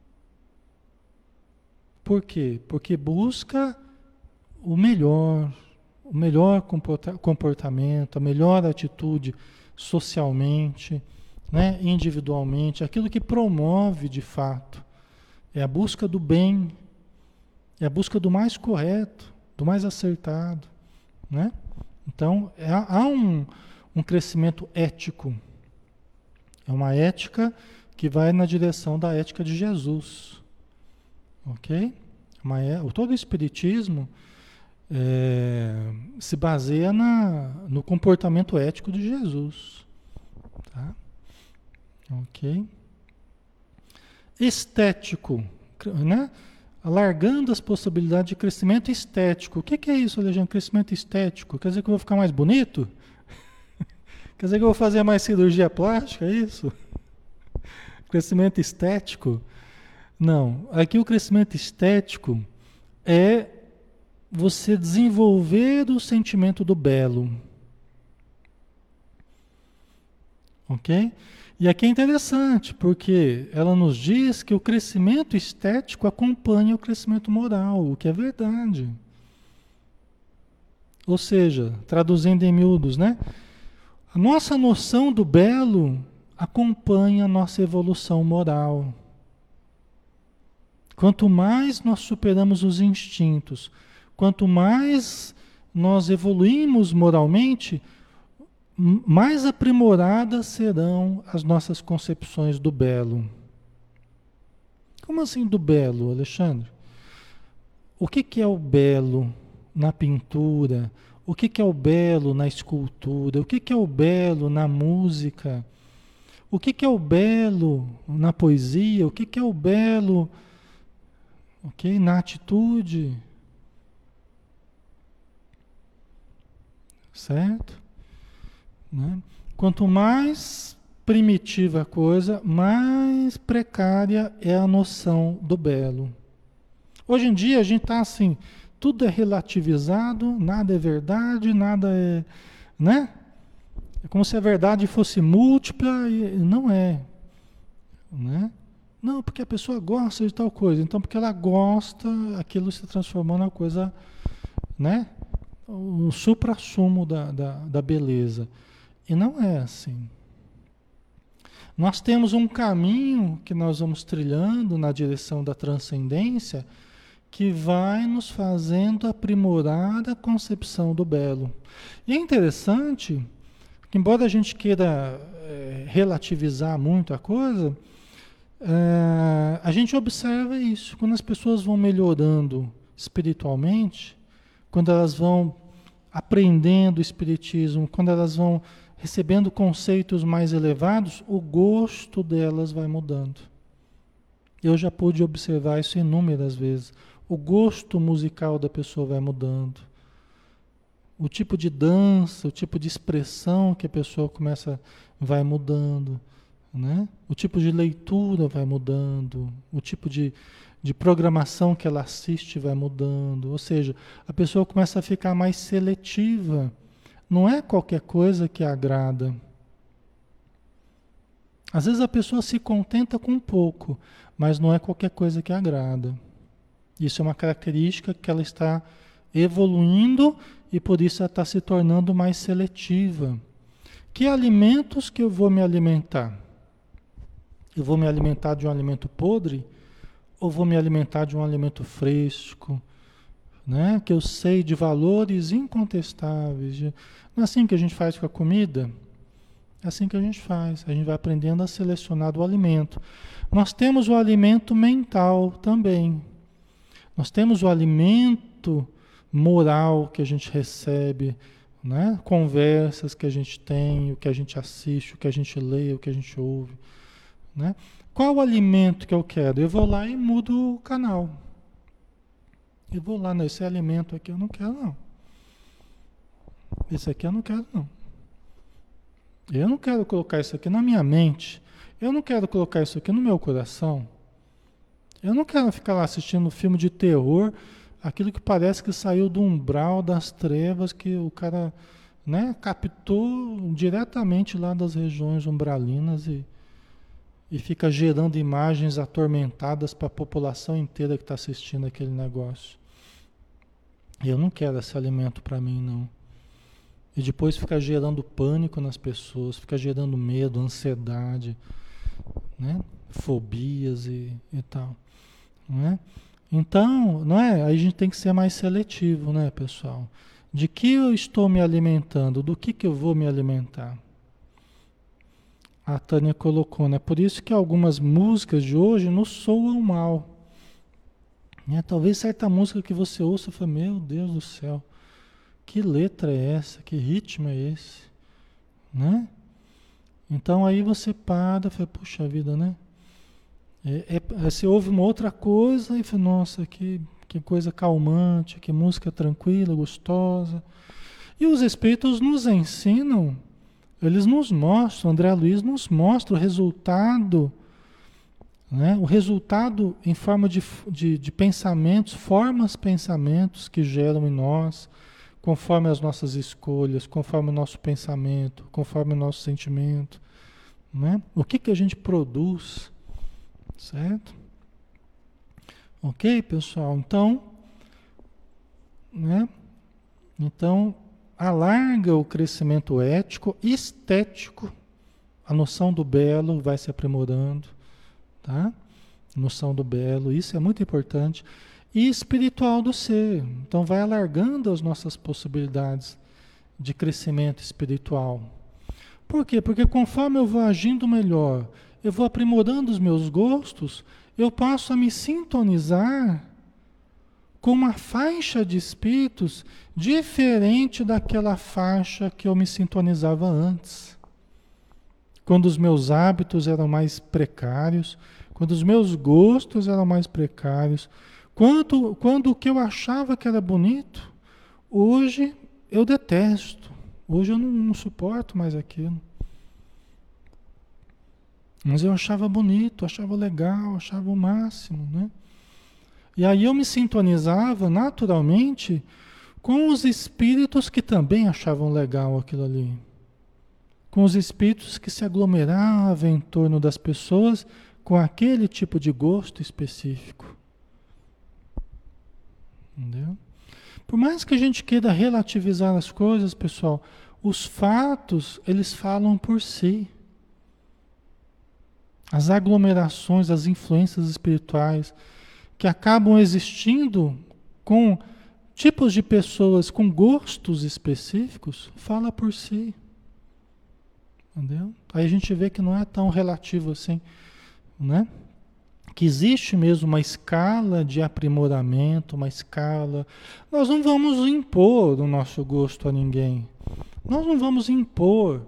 Por quê? Porque busca o melhor, o melhor comportamento, a melhor atitude socialmente, né, individualmente, aquilo que promove de fato. É a busca do bem, é a busca do mais correto, do mais acertado, né? Então, é, há um, um crescimento ético. É uma ética que vai na direção da ética de Jesus, ok? Mas é, todo o espiritismo é, se baseia na, no comportamento ético de Jesus, tá? Ok? Estético, né? Alargando as possibilidades de crescimento estético. O que, que é isso, Alexandre? Crescimento estético? Quer dizer que eu vou ficar mais bonito? Quer dizer que eu vou fazer mais cirurgia plástica? É isso? Crescimento estético? Não. Aqui o crescimento estético é você desenvolver o sentimento do belo. Ok? E aqui é interessante, porque ela nos diz que o crescimento estético acompanha o crescimento moral, o que é verdade. Ou seja, traduzindo em miúdos, né? A nossa noção do belo acompanha a nossa evolução moral. Quanto mais nós superamos os instintos, quanto mais nós evoluímos moralmente, mais aprimoradas serão as nossas concepções do belo. Como assim do belo, Alexandre? O que, que é o belo na pintura? O que, que é o belo na escultura? O que, que é o belo na música? O que, que é o belo na poesia? O que, que é o belo, ok, na atitude? Certo? Né? Quanto mais primitiva a coisa, mais precária é a noção do belo. Hoje em dia a gente está assim, tudo é relativizado, nada é verdade, nada é, né? É como se a verdade fosse múltipla e não é, né? Não, porque a pessoa gosta de tal coisa, então porque ela gosta, aquilo se transformou na coisa, né? O suprassumo da, da, da beleza. E não é assim. Nós temos um caminho que nós vamos trilhando na direção da transcendência que vai nos fazendo aprimorar a concepção do belo. E é interessante que, embora a gente queira é, relativizar muito a coisa, é, a gente observa isso. Quando as pessoas vão melhorando espiritualmente, quando elas vão aprendendo o espiritismo, quando elas vão recebendo conceitos mais elevados, o gosto delas vai mudando. Eu já pude observar isso inúmeras vezes. O gosto musical da pessoa vai mudando. O tipo de dança, o tipo de expressão que a pessoa começa, vai mudando, né? O tipo de leitura vai mudando, o tipo de, de programação que ela assiste vai mudando. Ou seja, a pessoa começa a ficar mais seletiva. Não é qualquer coisa que agrada. Às vezes a pessoa se contenta com pouco, mas não é qualquer coisa que agrada. Isso é uma característica que ela está evoluindo e por isso ela está se tornando mais seletiva. Que alimentos que eu vou me alimentar? Eu vou me alimentar de um alimento podre ou vou me alimentar de um alimento fresco? Né? Que eu sei de valores incontestáveis. De... Não é assim que a gente faz com a comida? É assim que a gente faz. A gente vai aprendendo a selecionar o alimento. Nós temos o alimento mental também. Nós temos o alimento moral que a gente recebe, né? Conversas que a gente tem, o que a gente assiste, o que a gente lê, o que a gente ouve. Né? Qual o alimento que eu quero? Eu vou lá e mudo o canal. Eu vou lá, nesse alimento aqui eu não quero não. Esse aqui eu não quero não. Eu não quero colocar isso aqui na minha mente. Eu não quero colocar isso aqui no meu coração. Eu não quero ficar lá assistindo filme de terror, aquilo que parece que saiu do umbral das trevas, que o cara, né, captou diretamente lá das regiões umbralinas e, e fica gerando imagens atormentadas para a população inteira que está assistindo aquele negócio. Eu não quero esse alimento para mim, não. E depois fica gerando pânico nas pessoas, fica gerando medo, ansiedade, né? Fobias e, e tal. Não é? Então, não é? Aí a gente tem que ser mais seletivo, né, pessoal? De que eu estou me alimentando? Do que, que eu vou me alimentar? A Tânia colocou, né? Por isso que algumas músicas de hoje nos soam mal. Né? Talvez certa música que você ouça e fala, meu Deus do céu, que letra é essa? Que ritmo é esse? Né? Então aí você para e fala, puxa vida, né? É, é, você ouve uma outra coisa e fala, nossa, que, que coisa calmante, que música tranquila, gostosa. E os Espíritos nos ensinam, eles nos mostram, André Luiz nos mostra o resultado, né? O resultado em forma de, de, de pensamentos, formas pensamentos que geram em nós, conforme as nossas escolhas, conforme o nosso pensamento, conforme o nosso sentimento, né? O que, que a gente produz, certo? Ok, pessoal? Então, né? Então, alarga o crescimento ético, estético, a noção do belo vai se aprimorando, tá? Noção do belo, isso é muito importante. E espiritual do ser. Então vai alargando as nossas possibilidades de crescimento espiritual. Por quê? Porque conforme eu vou agindo melhor, eu vou aprimorando os meus gostos, eu passo a me sintonizar com uma faixa de espíritos diferente daquela faixa que eu me sintonizava antes. Quando os meus hábitos eram mais precários, quando os meus gostos eram mais precários, quando, quando o que eu achava que era bonito, hoje eu detesto. Hoje eu não, não suporto mais aquilo. Mas eu achava bonito, achava legal, achava o máximo, né? E aí eu me sintonizava naturalmente com os espíritos que também achavam legal aquilo ali. Com os espíritos que se aglomeravam em torno das pessoas com aquele tipo de gosto específico. Entendeu? Por mais que a gente queira relativizar as coisas, pessoal, os fatos, eles falam por si. As aglomerações, as influências espirituais que acabam existindo com tipos de pessoas com gostos específicos, fala por si. Entendeu? Aí a gente vê que não é tão relativo assim, né? Que existe mesmo uma escala de aprimoramento, uma escala. Nós não vamos impor o nosso gosto a ninguém. Nós não vamos impor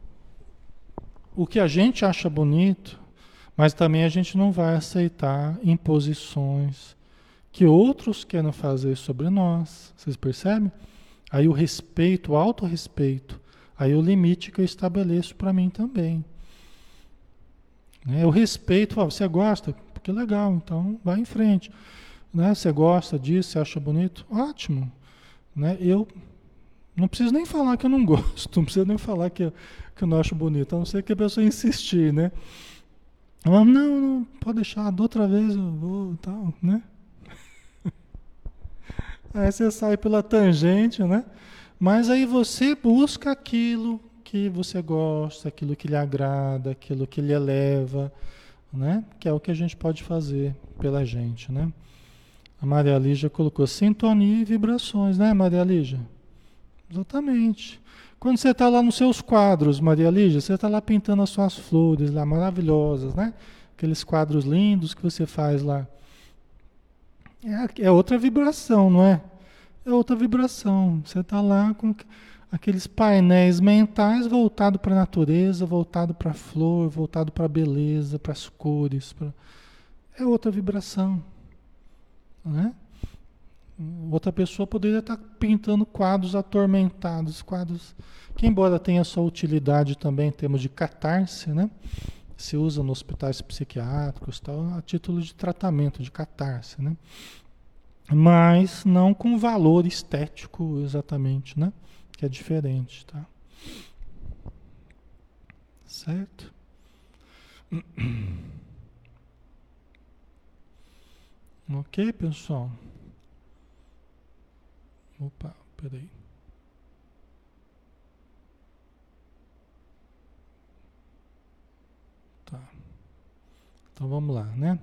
o que a gente acha bonito, mas também a gente não vai aceitar imposições que outros querem fazer sobre nós. Vocês percebem? Aí o respeito, o autorrespeito, aí o limite que eu estabeleço para mim também. Eu respeito, ó, você gosta? Que legal, então vai em frente. Né? Você gosta disso, você acha bonito? Ótimo. Né? Eu não preciso nem falar que eu não gosto, não preciso nem falar que eu, que eu não acho bonito, a não ser que a pessoa insistir, né? Não, não, pode deixar, da outra vez eu vou e tal, né? Aí você sai pela tangente, né? Mas aí você busca aquilo que você gosta, aquilo que lhe agrada, aquilo que lhe eleva, né? Que é o que a gente pode fazer pela gente, né? A Maria Lígia colocou sintonia e vibrações, né, Maria Lígia? Exatamente. Quando você está lá nos seus quadros, Maria Lígia, você está lá pintando as suas flores lá, maravilhosas, né? Aqueles quadros lindos que você faz lá. É, é outra vibração, não é? É outra vibração. Você está lá com aqueles painéis mentais voltados para a natureza, voltado para a flor, voltado para a beleza, para as cores. Pra... É outra vibração, né? Outra pessoa poderia estar pintando quadros atormentados, quadros que, embora tenha sua utilidade também em termos de catarse, né? Se usa nos hospitais psiquiátricos, tal, a título de tratamento, de catarse, né? Mas não com valor estético exatamente, né? Que é diferente, tá? Certo? Ok, pessoal? Opa, peraí. Tá. Então vamos lá, né?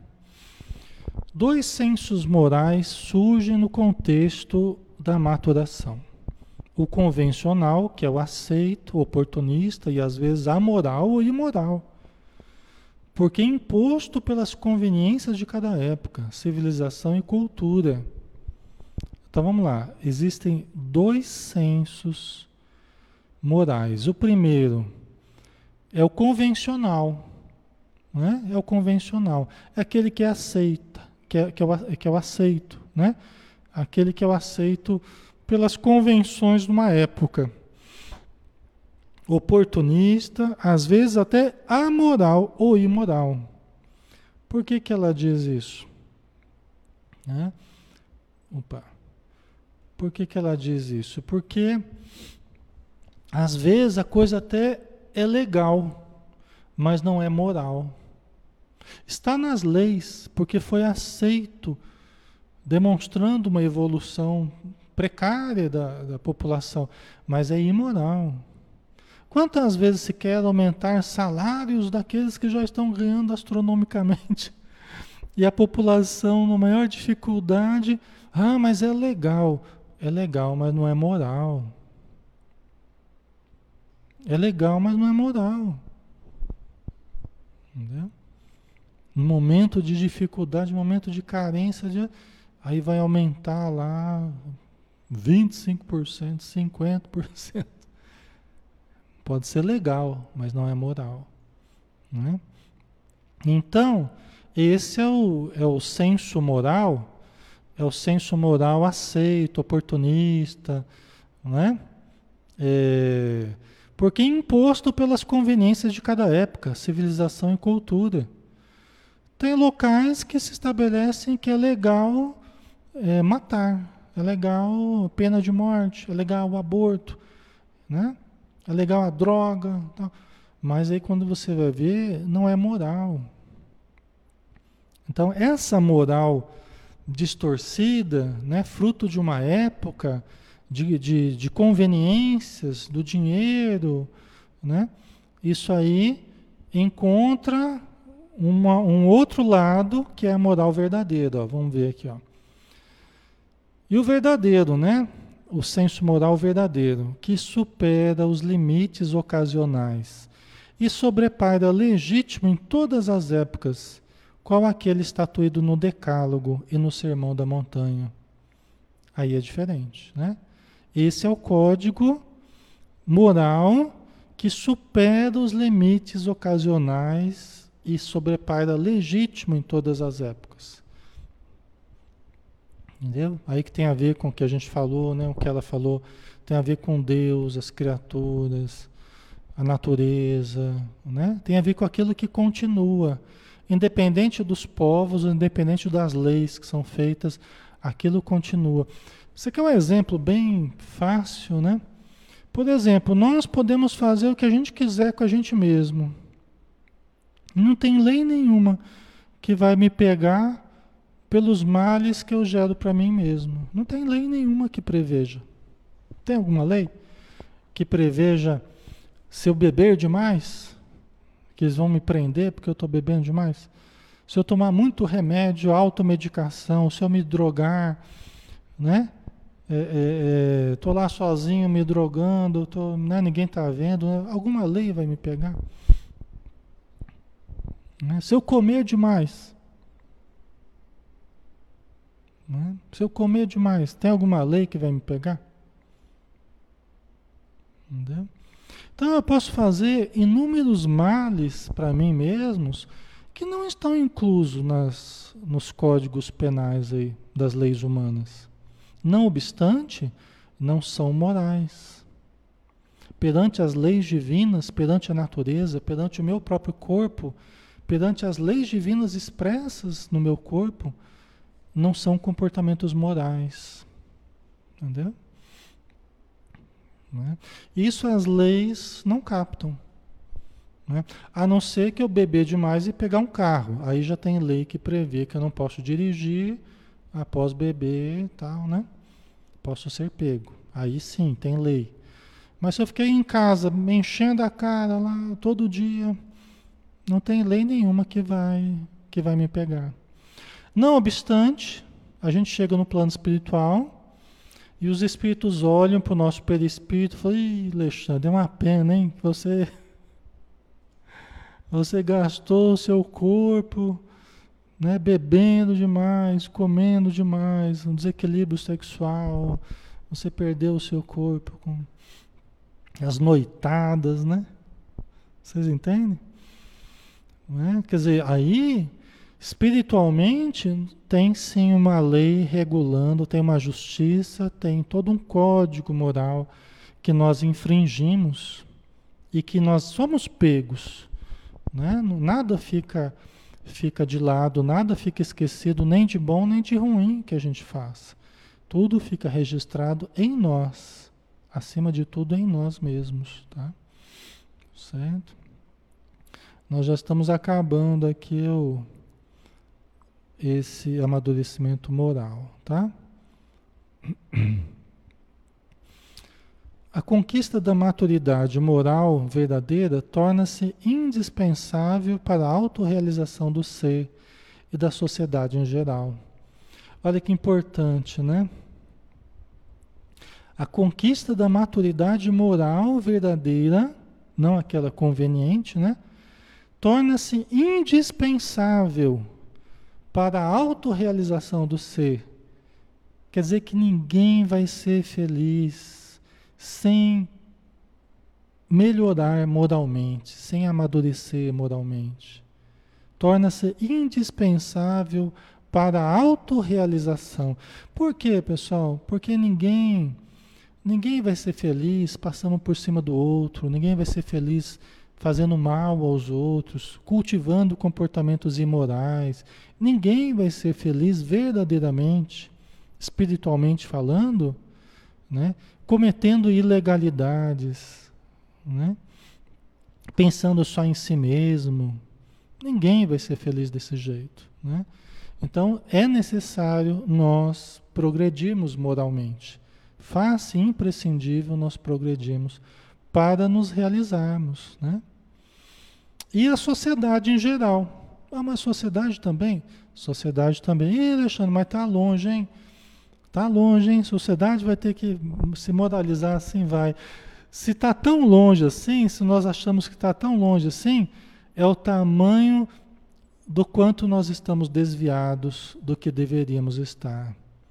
Dois sensos morais surgem no contexto da maturação. o convencional, que é o aceito, o oportunista e às vezes amoral ou imoral. Porque é imposto pelas conveniências de cada época, civilização e cultura. Então vamos lá, existem dois sensos morais. O primeiro é o convencional, né? É o convencional, é aquele que é aceita, que é, que é, o, que é o aceito, né? Aquele que é o aceito pelas convenções de uma época. Oportunista, às vezes até amoral ou imoral. Por que que ela diz isso? Né? Opa. Por que que ela diz isso? Porque às vezes a coisa até é legal, mas não é moral. Está nas leis, porque foi aceito, demonstrando uma evolução precária da, da população, mas é imoral. Quantas vezes se quer aumentar salários daqueles que já estão ganhando astronomicamente? E a população, na maior dificuldade, ah, mas é legal. É legal, mas não é moral. É legal, mas não é moral. Entendeu? No momento de dificuldade, no momento de carência, de, aí vai aumentar lá vinte e cinco por cento, cinquenta por cento. Pode ser legal, mas não é moral. Né? Então, esse é o, é o senso moral, é o senso moral aceito, oportunista, né? É, porque é imposto pelas conveniências de cada época, civilização e cultura. Tem locais que se estabelecem que é legal é, matar, é legal pena de morte, é legal o aborto, né? É legal a droga, tal. Mas aí quando você vai ver, não é moral. Então essa moral distorcida, né, fruto de uma época de, de, de conveniências do dinheiro, né, isso aí encontra uma, um outro lado que é a moral verdadeira. Ó, vamos ver aqui. Ó. E o verdadeiro, né? O senso moral verdadeiro, que supera os limites ocasionais e sobrepaira legítimo em todas as épocas, qual aquele estatuído no Decálogo e no Sermão da Montanha. Aí é diferente, né? Esse é o código moral que supera os limites ocasionais e sobrepaira legítimo em todas as épocas. Entendeu? Aí que tem a ver com o que a gente falou, né? O que ela falou tem a ver com Deus, as criaturas, a natureza, né? Tem a ver com aquilo que continua, independente dos povos, independente das leis que são feitas, aquilo continua. Você quer um exemplo bem fácil, né? Por exemplo, nós podemos fazer o que a gente quiser com a gente mesmo. Não tem lei nenhuma que vai me pegar pelos males que eu gero para mim mesmo. Não tem lei nenhuma que preveja. Tem alguma lei que preveja se eu beber demais, que eles vão me prender porque eu estou bebendo demais? Se eu tomar muito remédio, automedicação, se eu me drogar, né? Estou é, é, é, lá sozinho me drogando, tô, né? Ninguém está vendo, né? Alguma lei vai me pegar? Né? Se eu comer demais, né? Se eu comer demais, tem alguma lei que vai me pegar? Entendeu? Então eu posso fazer inúmeros males para mim mesmos que não estão inclusos nas, nos códigos penais aí, das leis humanas. Não obstante, não são morais. Perante as leis divinas, perante a natureza, perante o meu próprio corpo, perante as leis divinas expressas no meu corpo, não são comportamentos morais. Entendeu? Né? Isso as leis não captam. Né? A não ser que eu beber demais e pegar um carro. Aí já tem lei que prevê que eu não posso dirigir após beber e tal, né? Posso ser pego. Aí sim, tem lei. Mas se eu fiquei em casa, me enchendo a cara lá todo dia, não tem lei nenhuma que vai, que vai me pegar. Não obstante, a gente chega no plano espiritual E os espíritos olham para o nosso perispírito e falam, ih, Alexandre, é uma pena, hein? Você, você gastou o seu corpo, né, bebendo demais, comendo demais, um desequilíbrio sexual, você perdeu o seu corpo com as noitadas, né? Vocês entendem? Não é? Quer dizer, aí, espiritualmente, tem sim uma lei regulando, tem uma justiça, tem todo um código moral que nós infringimos e que nós somos pegos, né? Nada fica, fica de lado, nada fica esquecido, nem de bom nem de ruim que a gente faça. Tudo fica registrado em nós, acima de tudo em nós mesmos, tá? Certo? Nós já estamos acabando aqui o, esse amadurecimento moral, tá? A conquista da maturidade moral verdadeira torna-se indispensável para a autorrealização do ser e da sociedade em geral. Olha que importante, né? A conquista da maturidade moral verdadeira, não aquela conveniente, né? Torna-se indispensável para a autorrealização do ser. Quer dizer que ninguém vai ser feliz sem melhorar moralmente, sem amadurecer moralmente. Torna-se indispensável para a autorrealização. Por quê, pessoal? Porque ninguém, ninguém vai ser feliz passando por cima do outro, ninguém vai ser feliz fazendo mal aos outros, cultivando comportamentos imorais. Ninguém vai ser feliz verdadeiramente, espiritualmente falando, né? Cometendo ilegalidades, né? Pensando só em si mesmo. Ninguém vai ser feliz desse jeito, né? Então é necessário nós progredirmos moralmente. Faz-se imprescindível nós progredirmos para nos realizarmos, né? E a sociedade em geral. Ah, mas a sociedade também? Sociedade também. Ih, Alexandre, mas tá longe, hein? Tá longe, hein? Sociedade vai ter que se moralizar assim, vai. Se tá tão longe assim, se nós achamos que tá tão longe assim, é o tamanho do quanto nós estamos desviados do que deveríamos estar.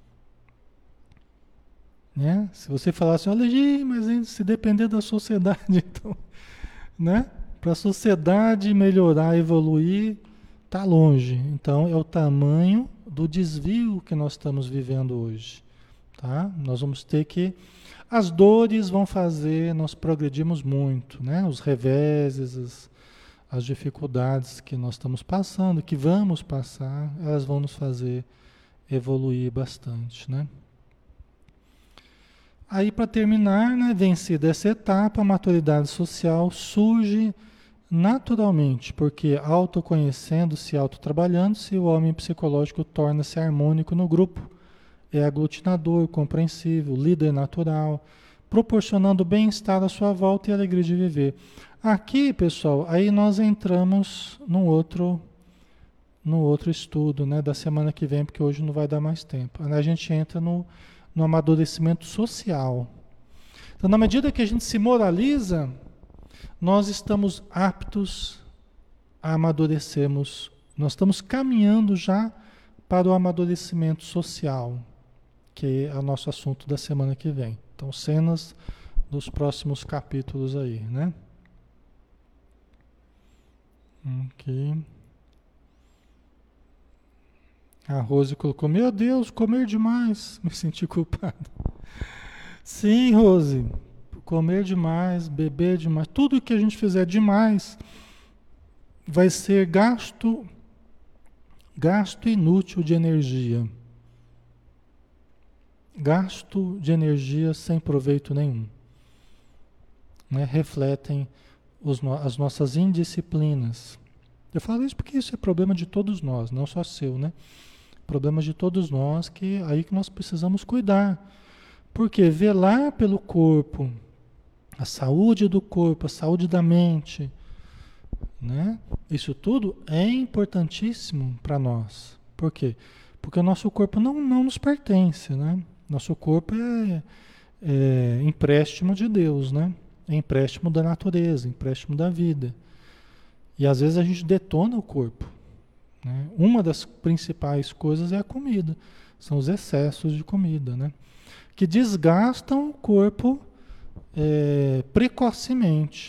Né? Se você falasse, olha, mas se depender da sociedade, então, né? Para a sociedade melhorar, evoluir, tá longe. Então, é o tamanho do desvio que nós estamos vivendo hoje, tá? Nós vamos ter que... As dores vão fazer nós progredirmos muito, né? Os reveses, as, as dificuldades que nós estamos passando, que vamos passar, elas vão nos fazer evoluir bastante, né? Aí, para terminar, né, vencida essa etapa, a maturidade social surge naturalmente, porque autoconhecendo-se, autotrabalhando-se, o homem psicológico torna-se harmônico no grupo, é aglutinador, compreensivo, líder natural, proporcionando bem-estar à sua volta e alegria de viver. Aqui, pessoal, aí nós entramos num outro, num outro estudo, né, da semana que vem, porque hoje não vai dar mais tempo. A gente entra no no amadurecimento social. Então, na medida que a gente se moraliza, nós estamos aptos a amadurecermos. Nós estamos caminhando já para o amadurecimento social, que é o nosso assunto da semana que vem. Então, cenas dos próximos capítulos aí, né? Ok. A Rose colocou, meu Deus, comer demais, me senti culpado. Sim, Rose, comer demais, beber demais, tudo que a gente fizer demais vai ser gasto, gasto inútil de energia. Gasto de energia sem proveito nenhum. Né? Refletem os no, as nossas indisciplinas. Eu falo isso porque isso é problema de todos nós, não só seu, né? Problemas de todos nós, que aí que nós precisamos cuidar. Porque velar pelo corpo, a saúde do corpo, a saúde da mente, né? Isso tudo é importantíssimo para nós. Por quê? Porque o nosso corpo não, não nos pertence, né? Nosso corpo é, é empréstimo de Deus, né? É empréstimo da natureza, empréstimo da vida. E às vezes a gente detona o corpo, né? Uma das principais coisas é a comida, são os excessos de comida, né? Que desgastam o corpo é, precocemente.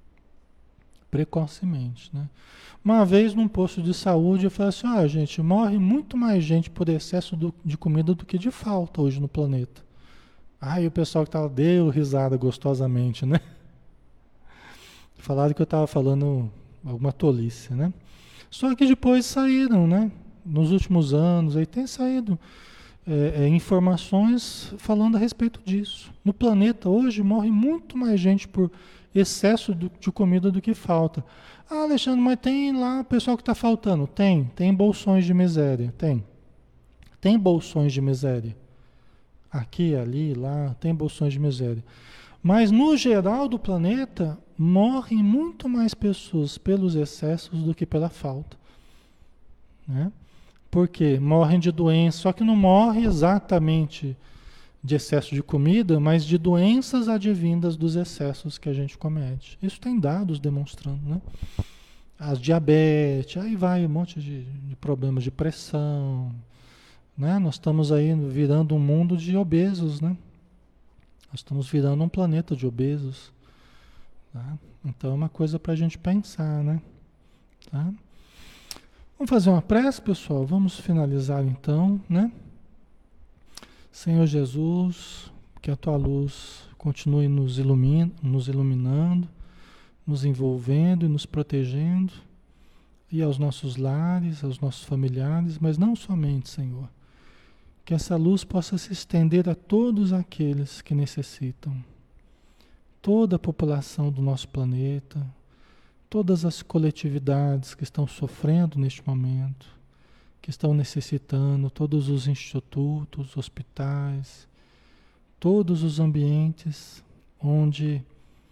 Precocemente, né? Uma vez num posto de saúde eu falei assim, ah, gente, morre muito mais gente por excesso do, de comida do que de falta hoje no planeta. Aí o pessoal que estava deu risada gostosamente, né? Falaram que eu estava falando alguma tolice, né? Só que depois saíram, né? Nos últimos anos aí tem saído é, é, informações falando a respeito disso. No planeta hoje morre muito mais gente por excesso do, de comida do que falta. Ah, Alexandre, mas tem lá o pessoal que está faltando. Tem, tem bolsões de miséria, tem. Tem bolsões de miséria. Aqui, ali, lá, tem bolsões de miséria. Mas no geral do planeta, morrem muito mais pessoas pelos excessos do que pela falta. Né? Por quê? Morrem de doença, só que não morre exatamente de excesso de comida, mas de doenças advindas dos excessos que a gente comete. Isso tem dados demonstrando, né? As diabetes, aí vai um monte de, de problemas de pressão, né? Nós estamos aí virando um mundo de obesos, né? Nós estamos virando um planeta de obesos, tá? Então é uma coisa para a gente pensar, né? Tá? Vamos fazer uma prece, pessoal? Vamos finalizar então, né? Senhor Jesus, que a tua luz continue nos, ilumina, nos iluminando, nos envolvendo e nos protegendo, e aos nossos lares, aos nossos familiares, mas não somente, Senhor. Que essa luz possa se estender a todos aqueles que necessitam, toda a população do nosso planeta, todas as coletividades que estão sofrendo neste momento, que estão necessitando, todos os institutos, hospitais, todos os ambientes onde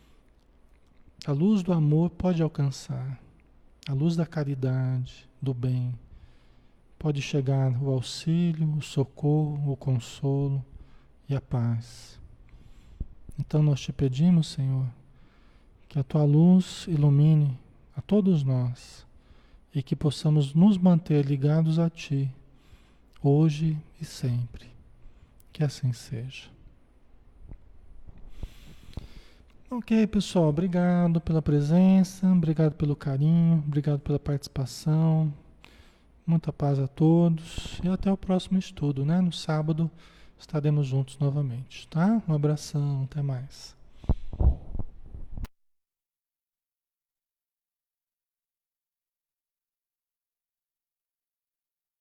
a luz do amor pode alcançar, a luz da caridade, do bem, pode chegar o auxílio, o socorro, o consolo e a paz. Então nós te pedimos, Senhor, que a tua luz ilumine a todos nós e que possamos nos manter ligados a Ti, hoje e sempre. Que assim seja. Ok, pessoal, obrigado pela presença, obrigado pelo carinho, obrigado pela participação. Muita paz a todos e até o próximo estudo, né? No sábado estaremos juntos novamente, tá? Um abração, até mais.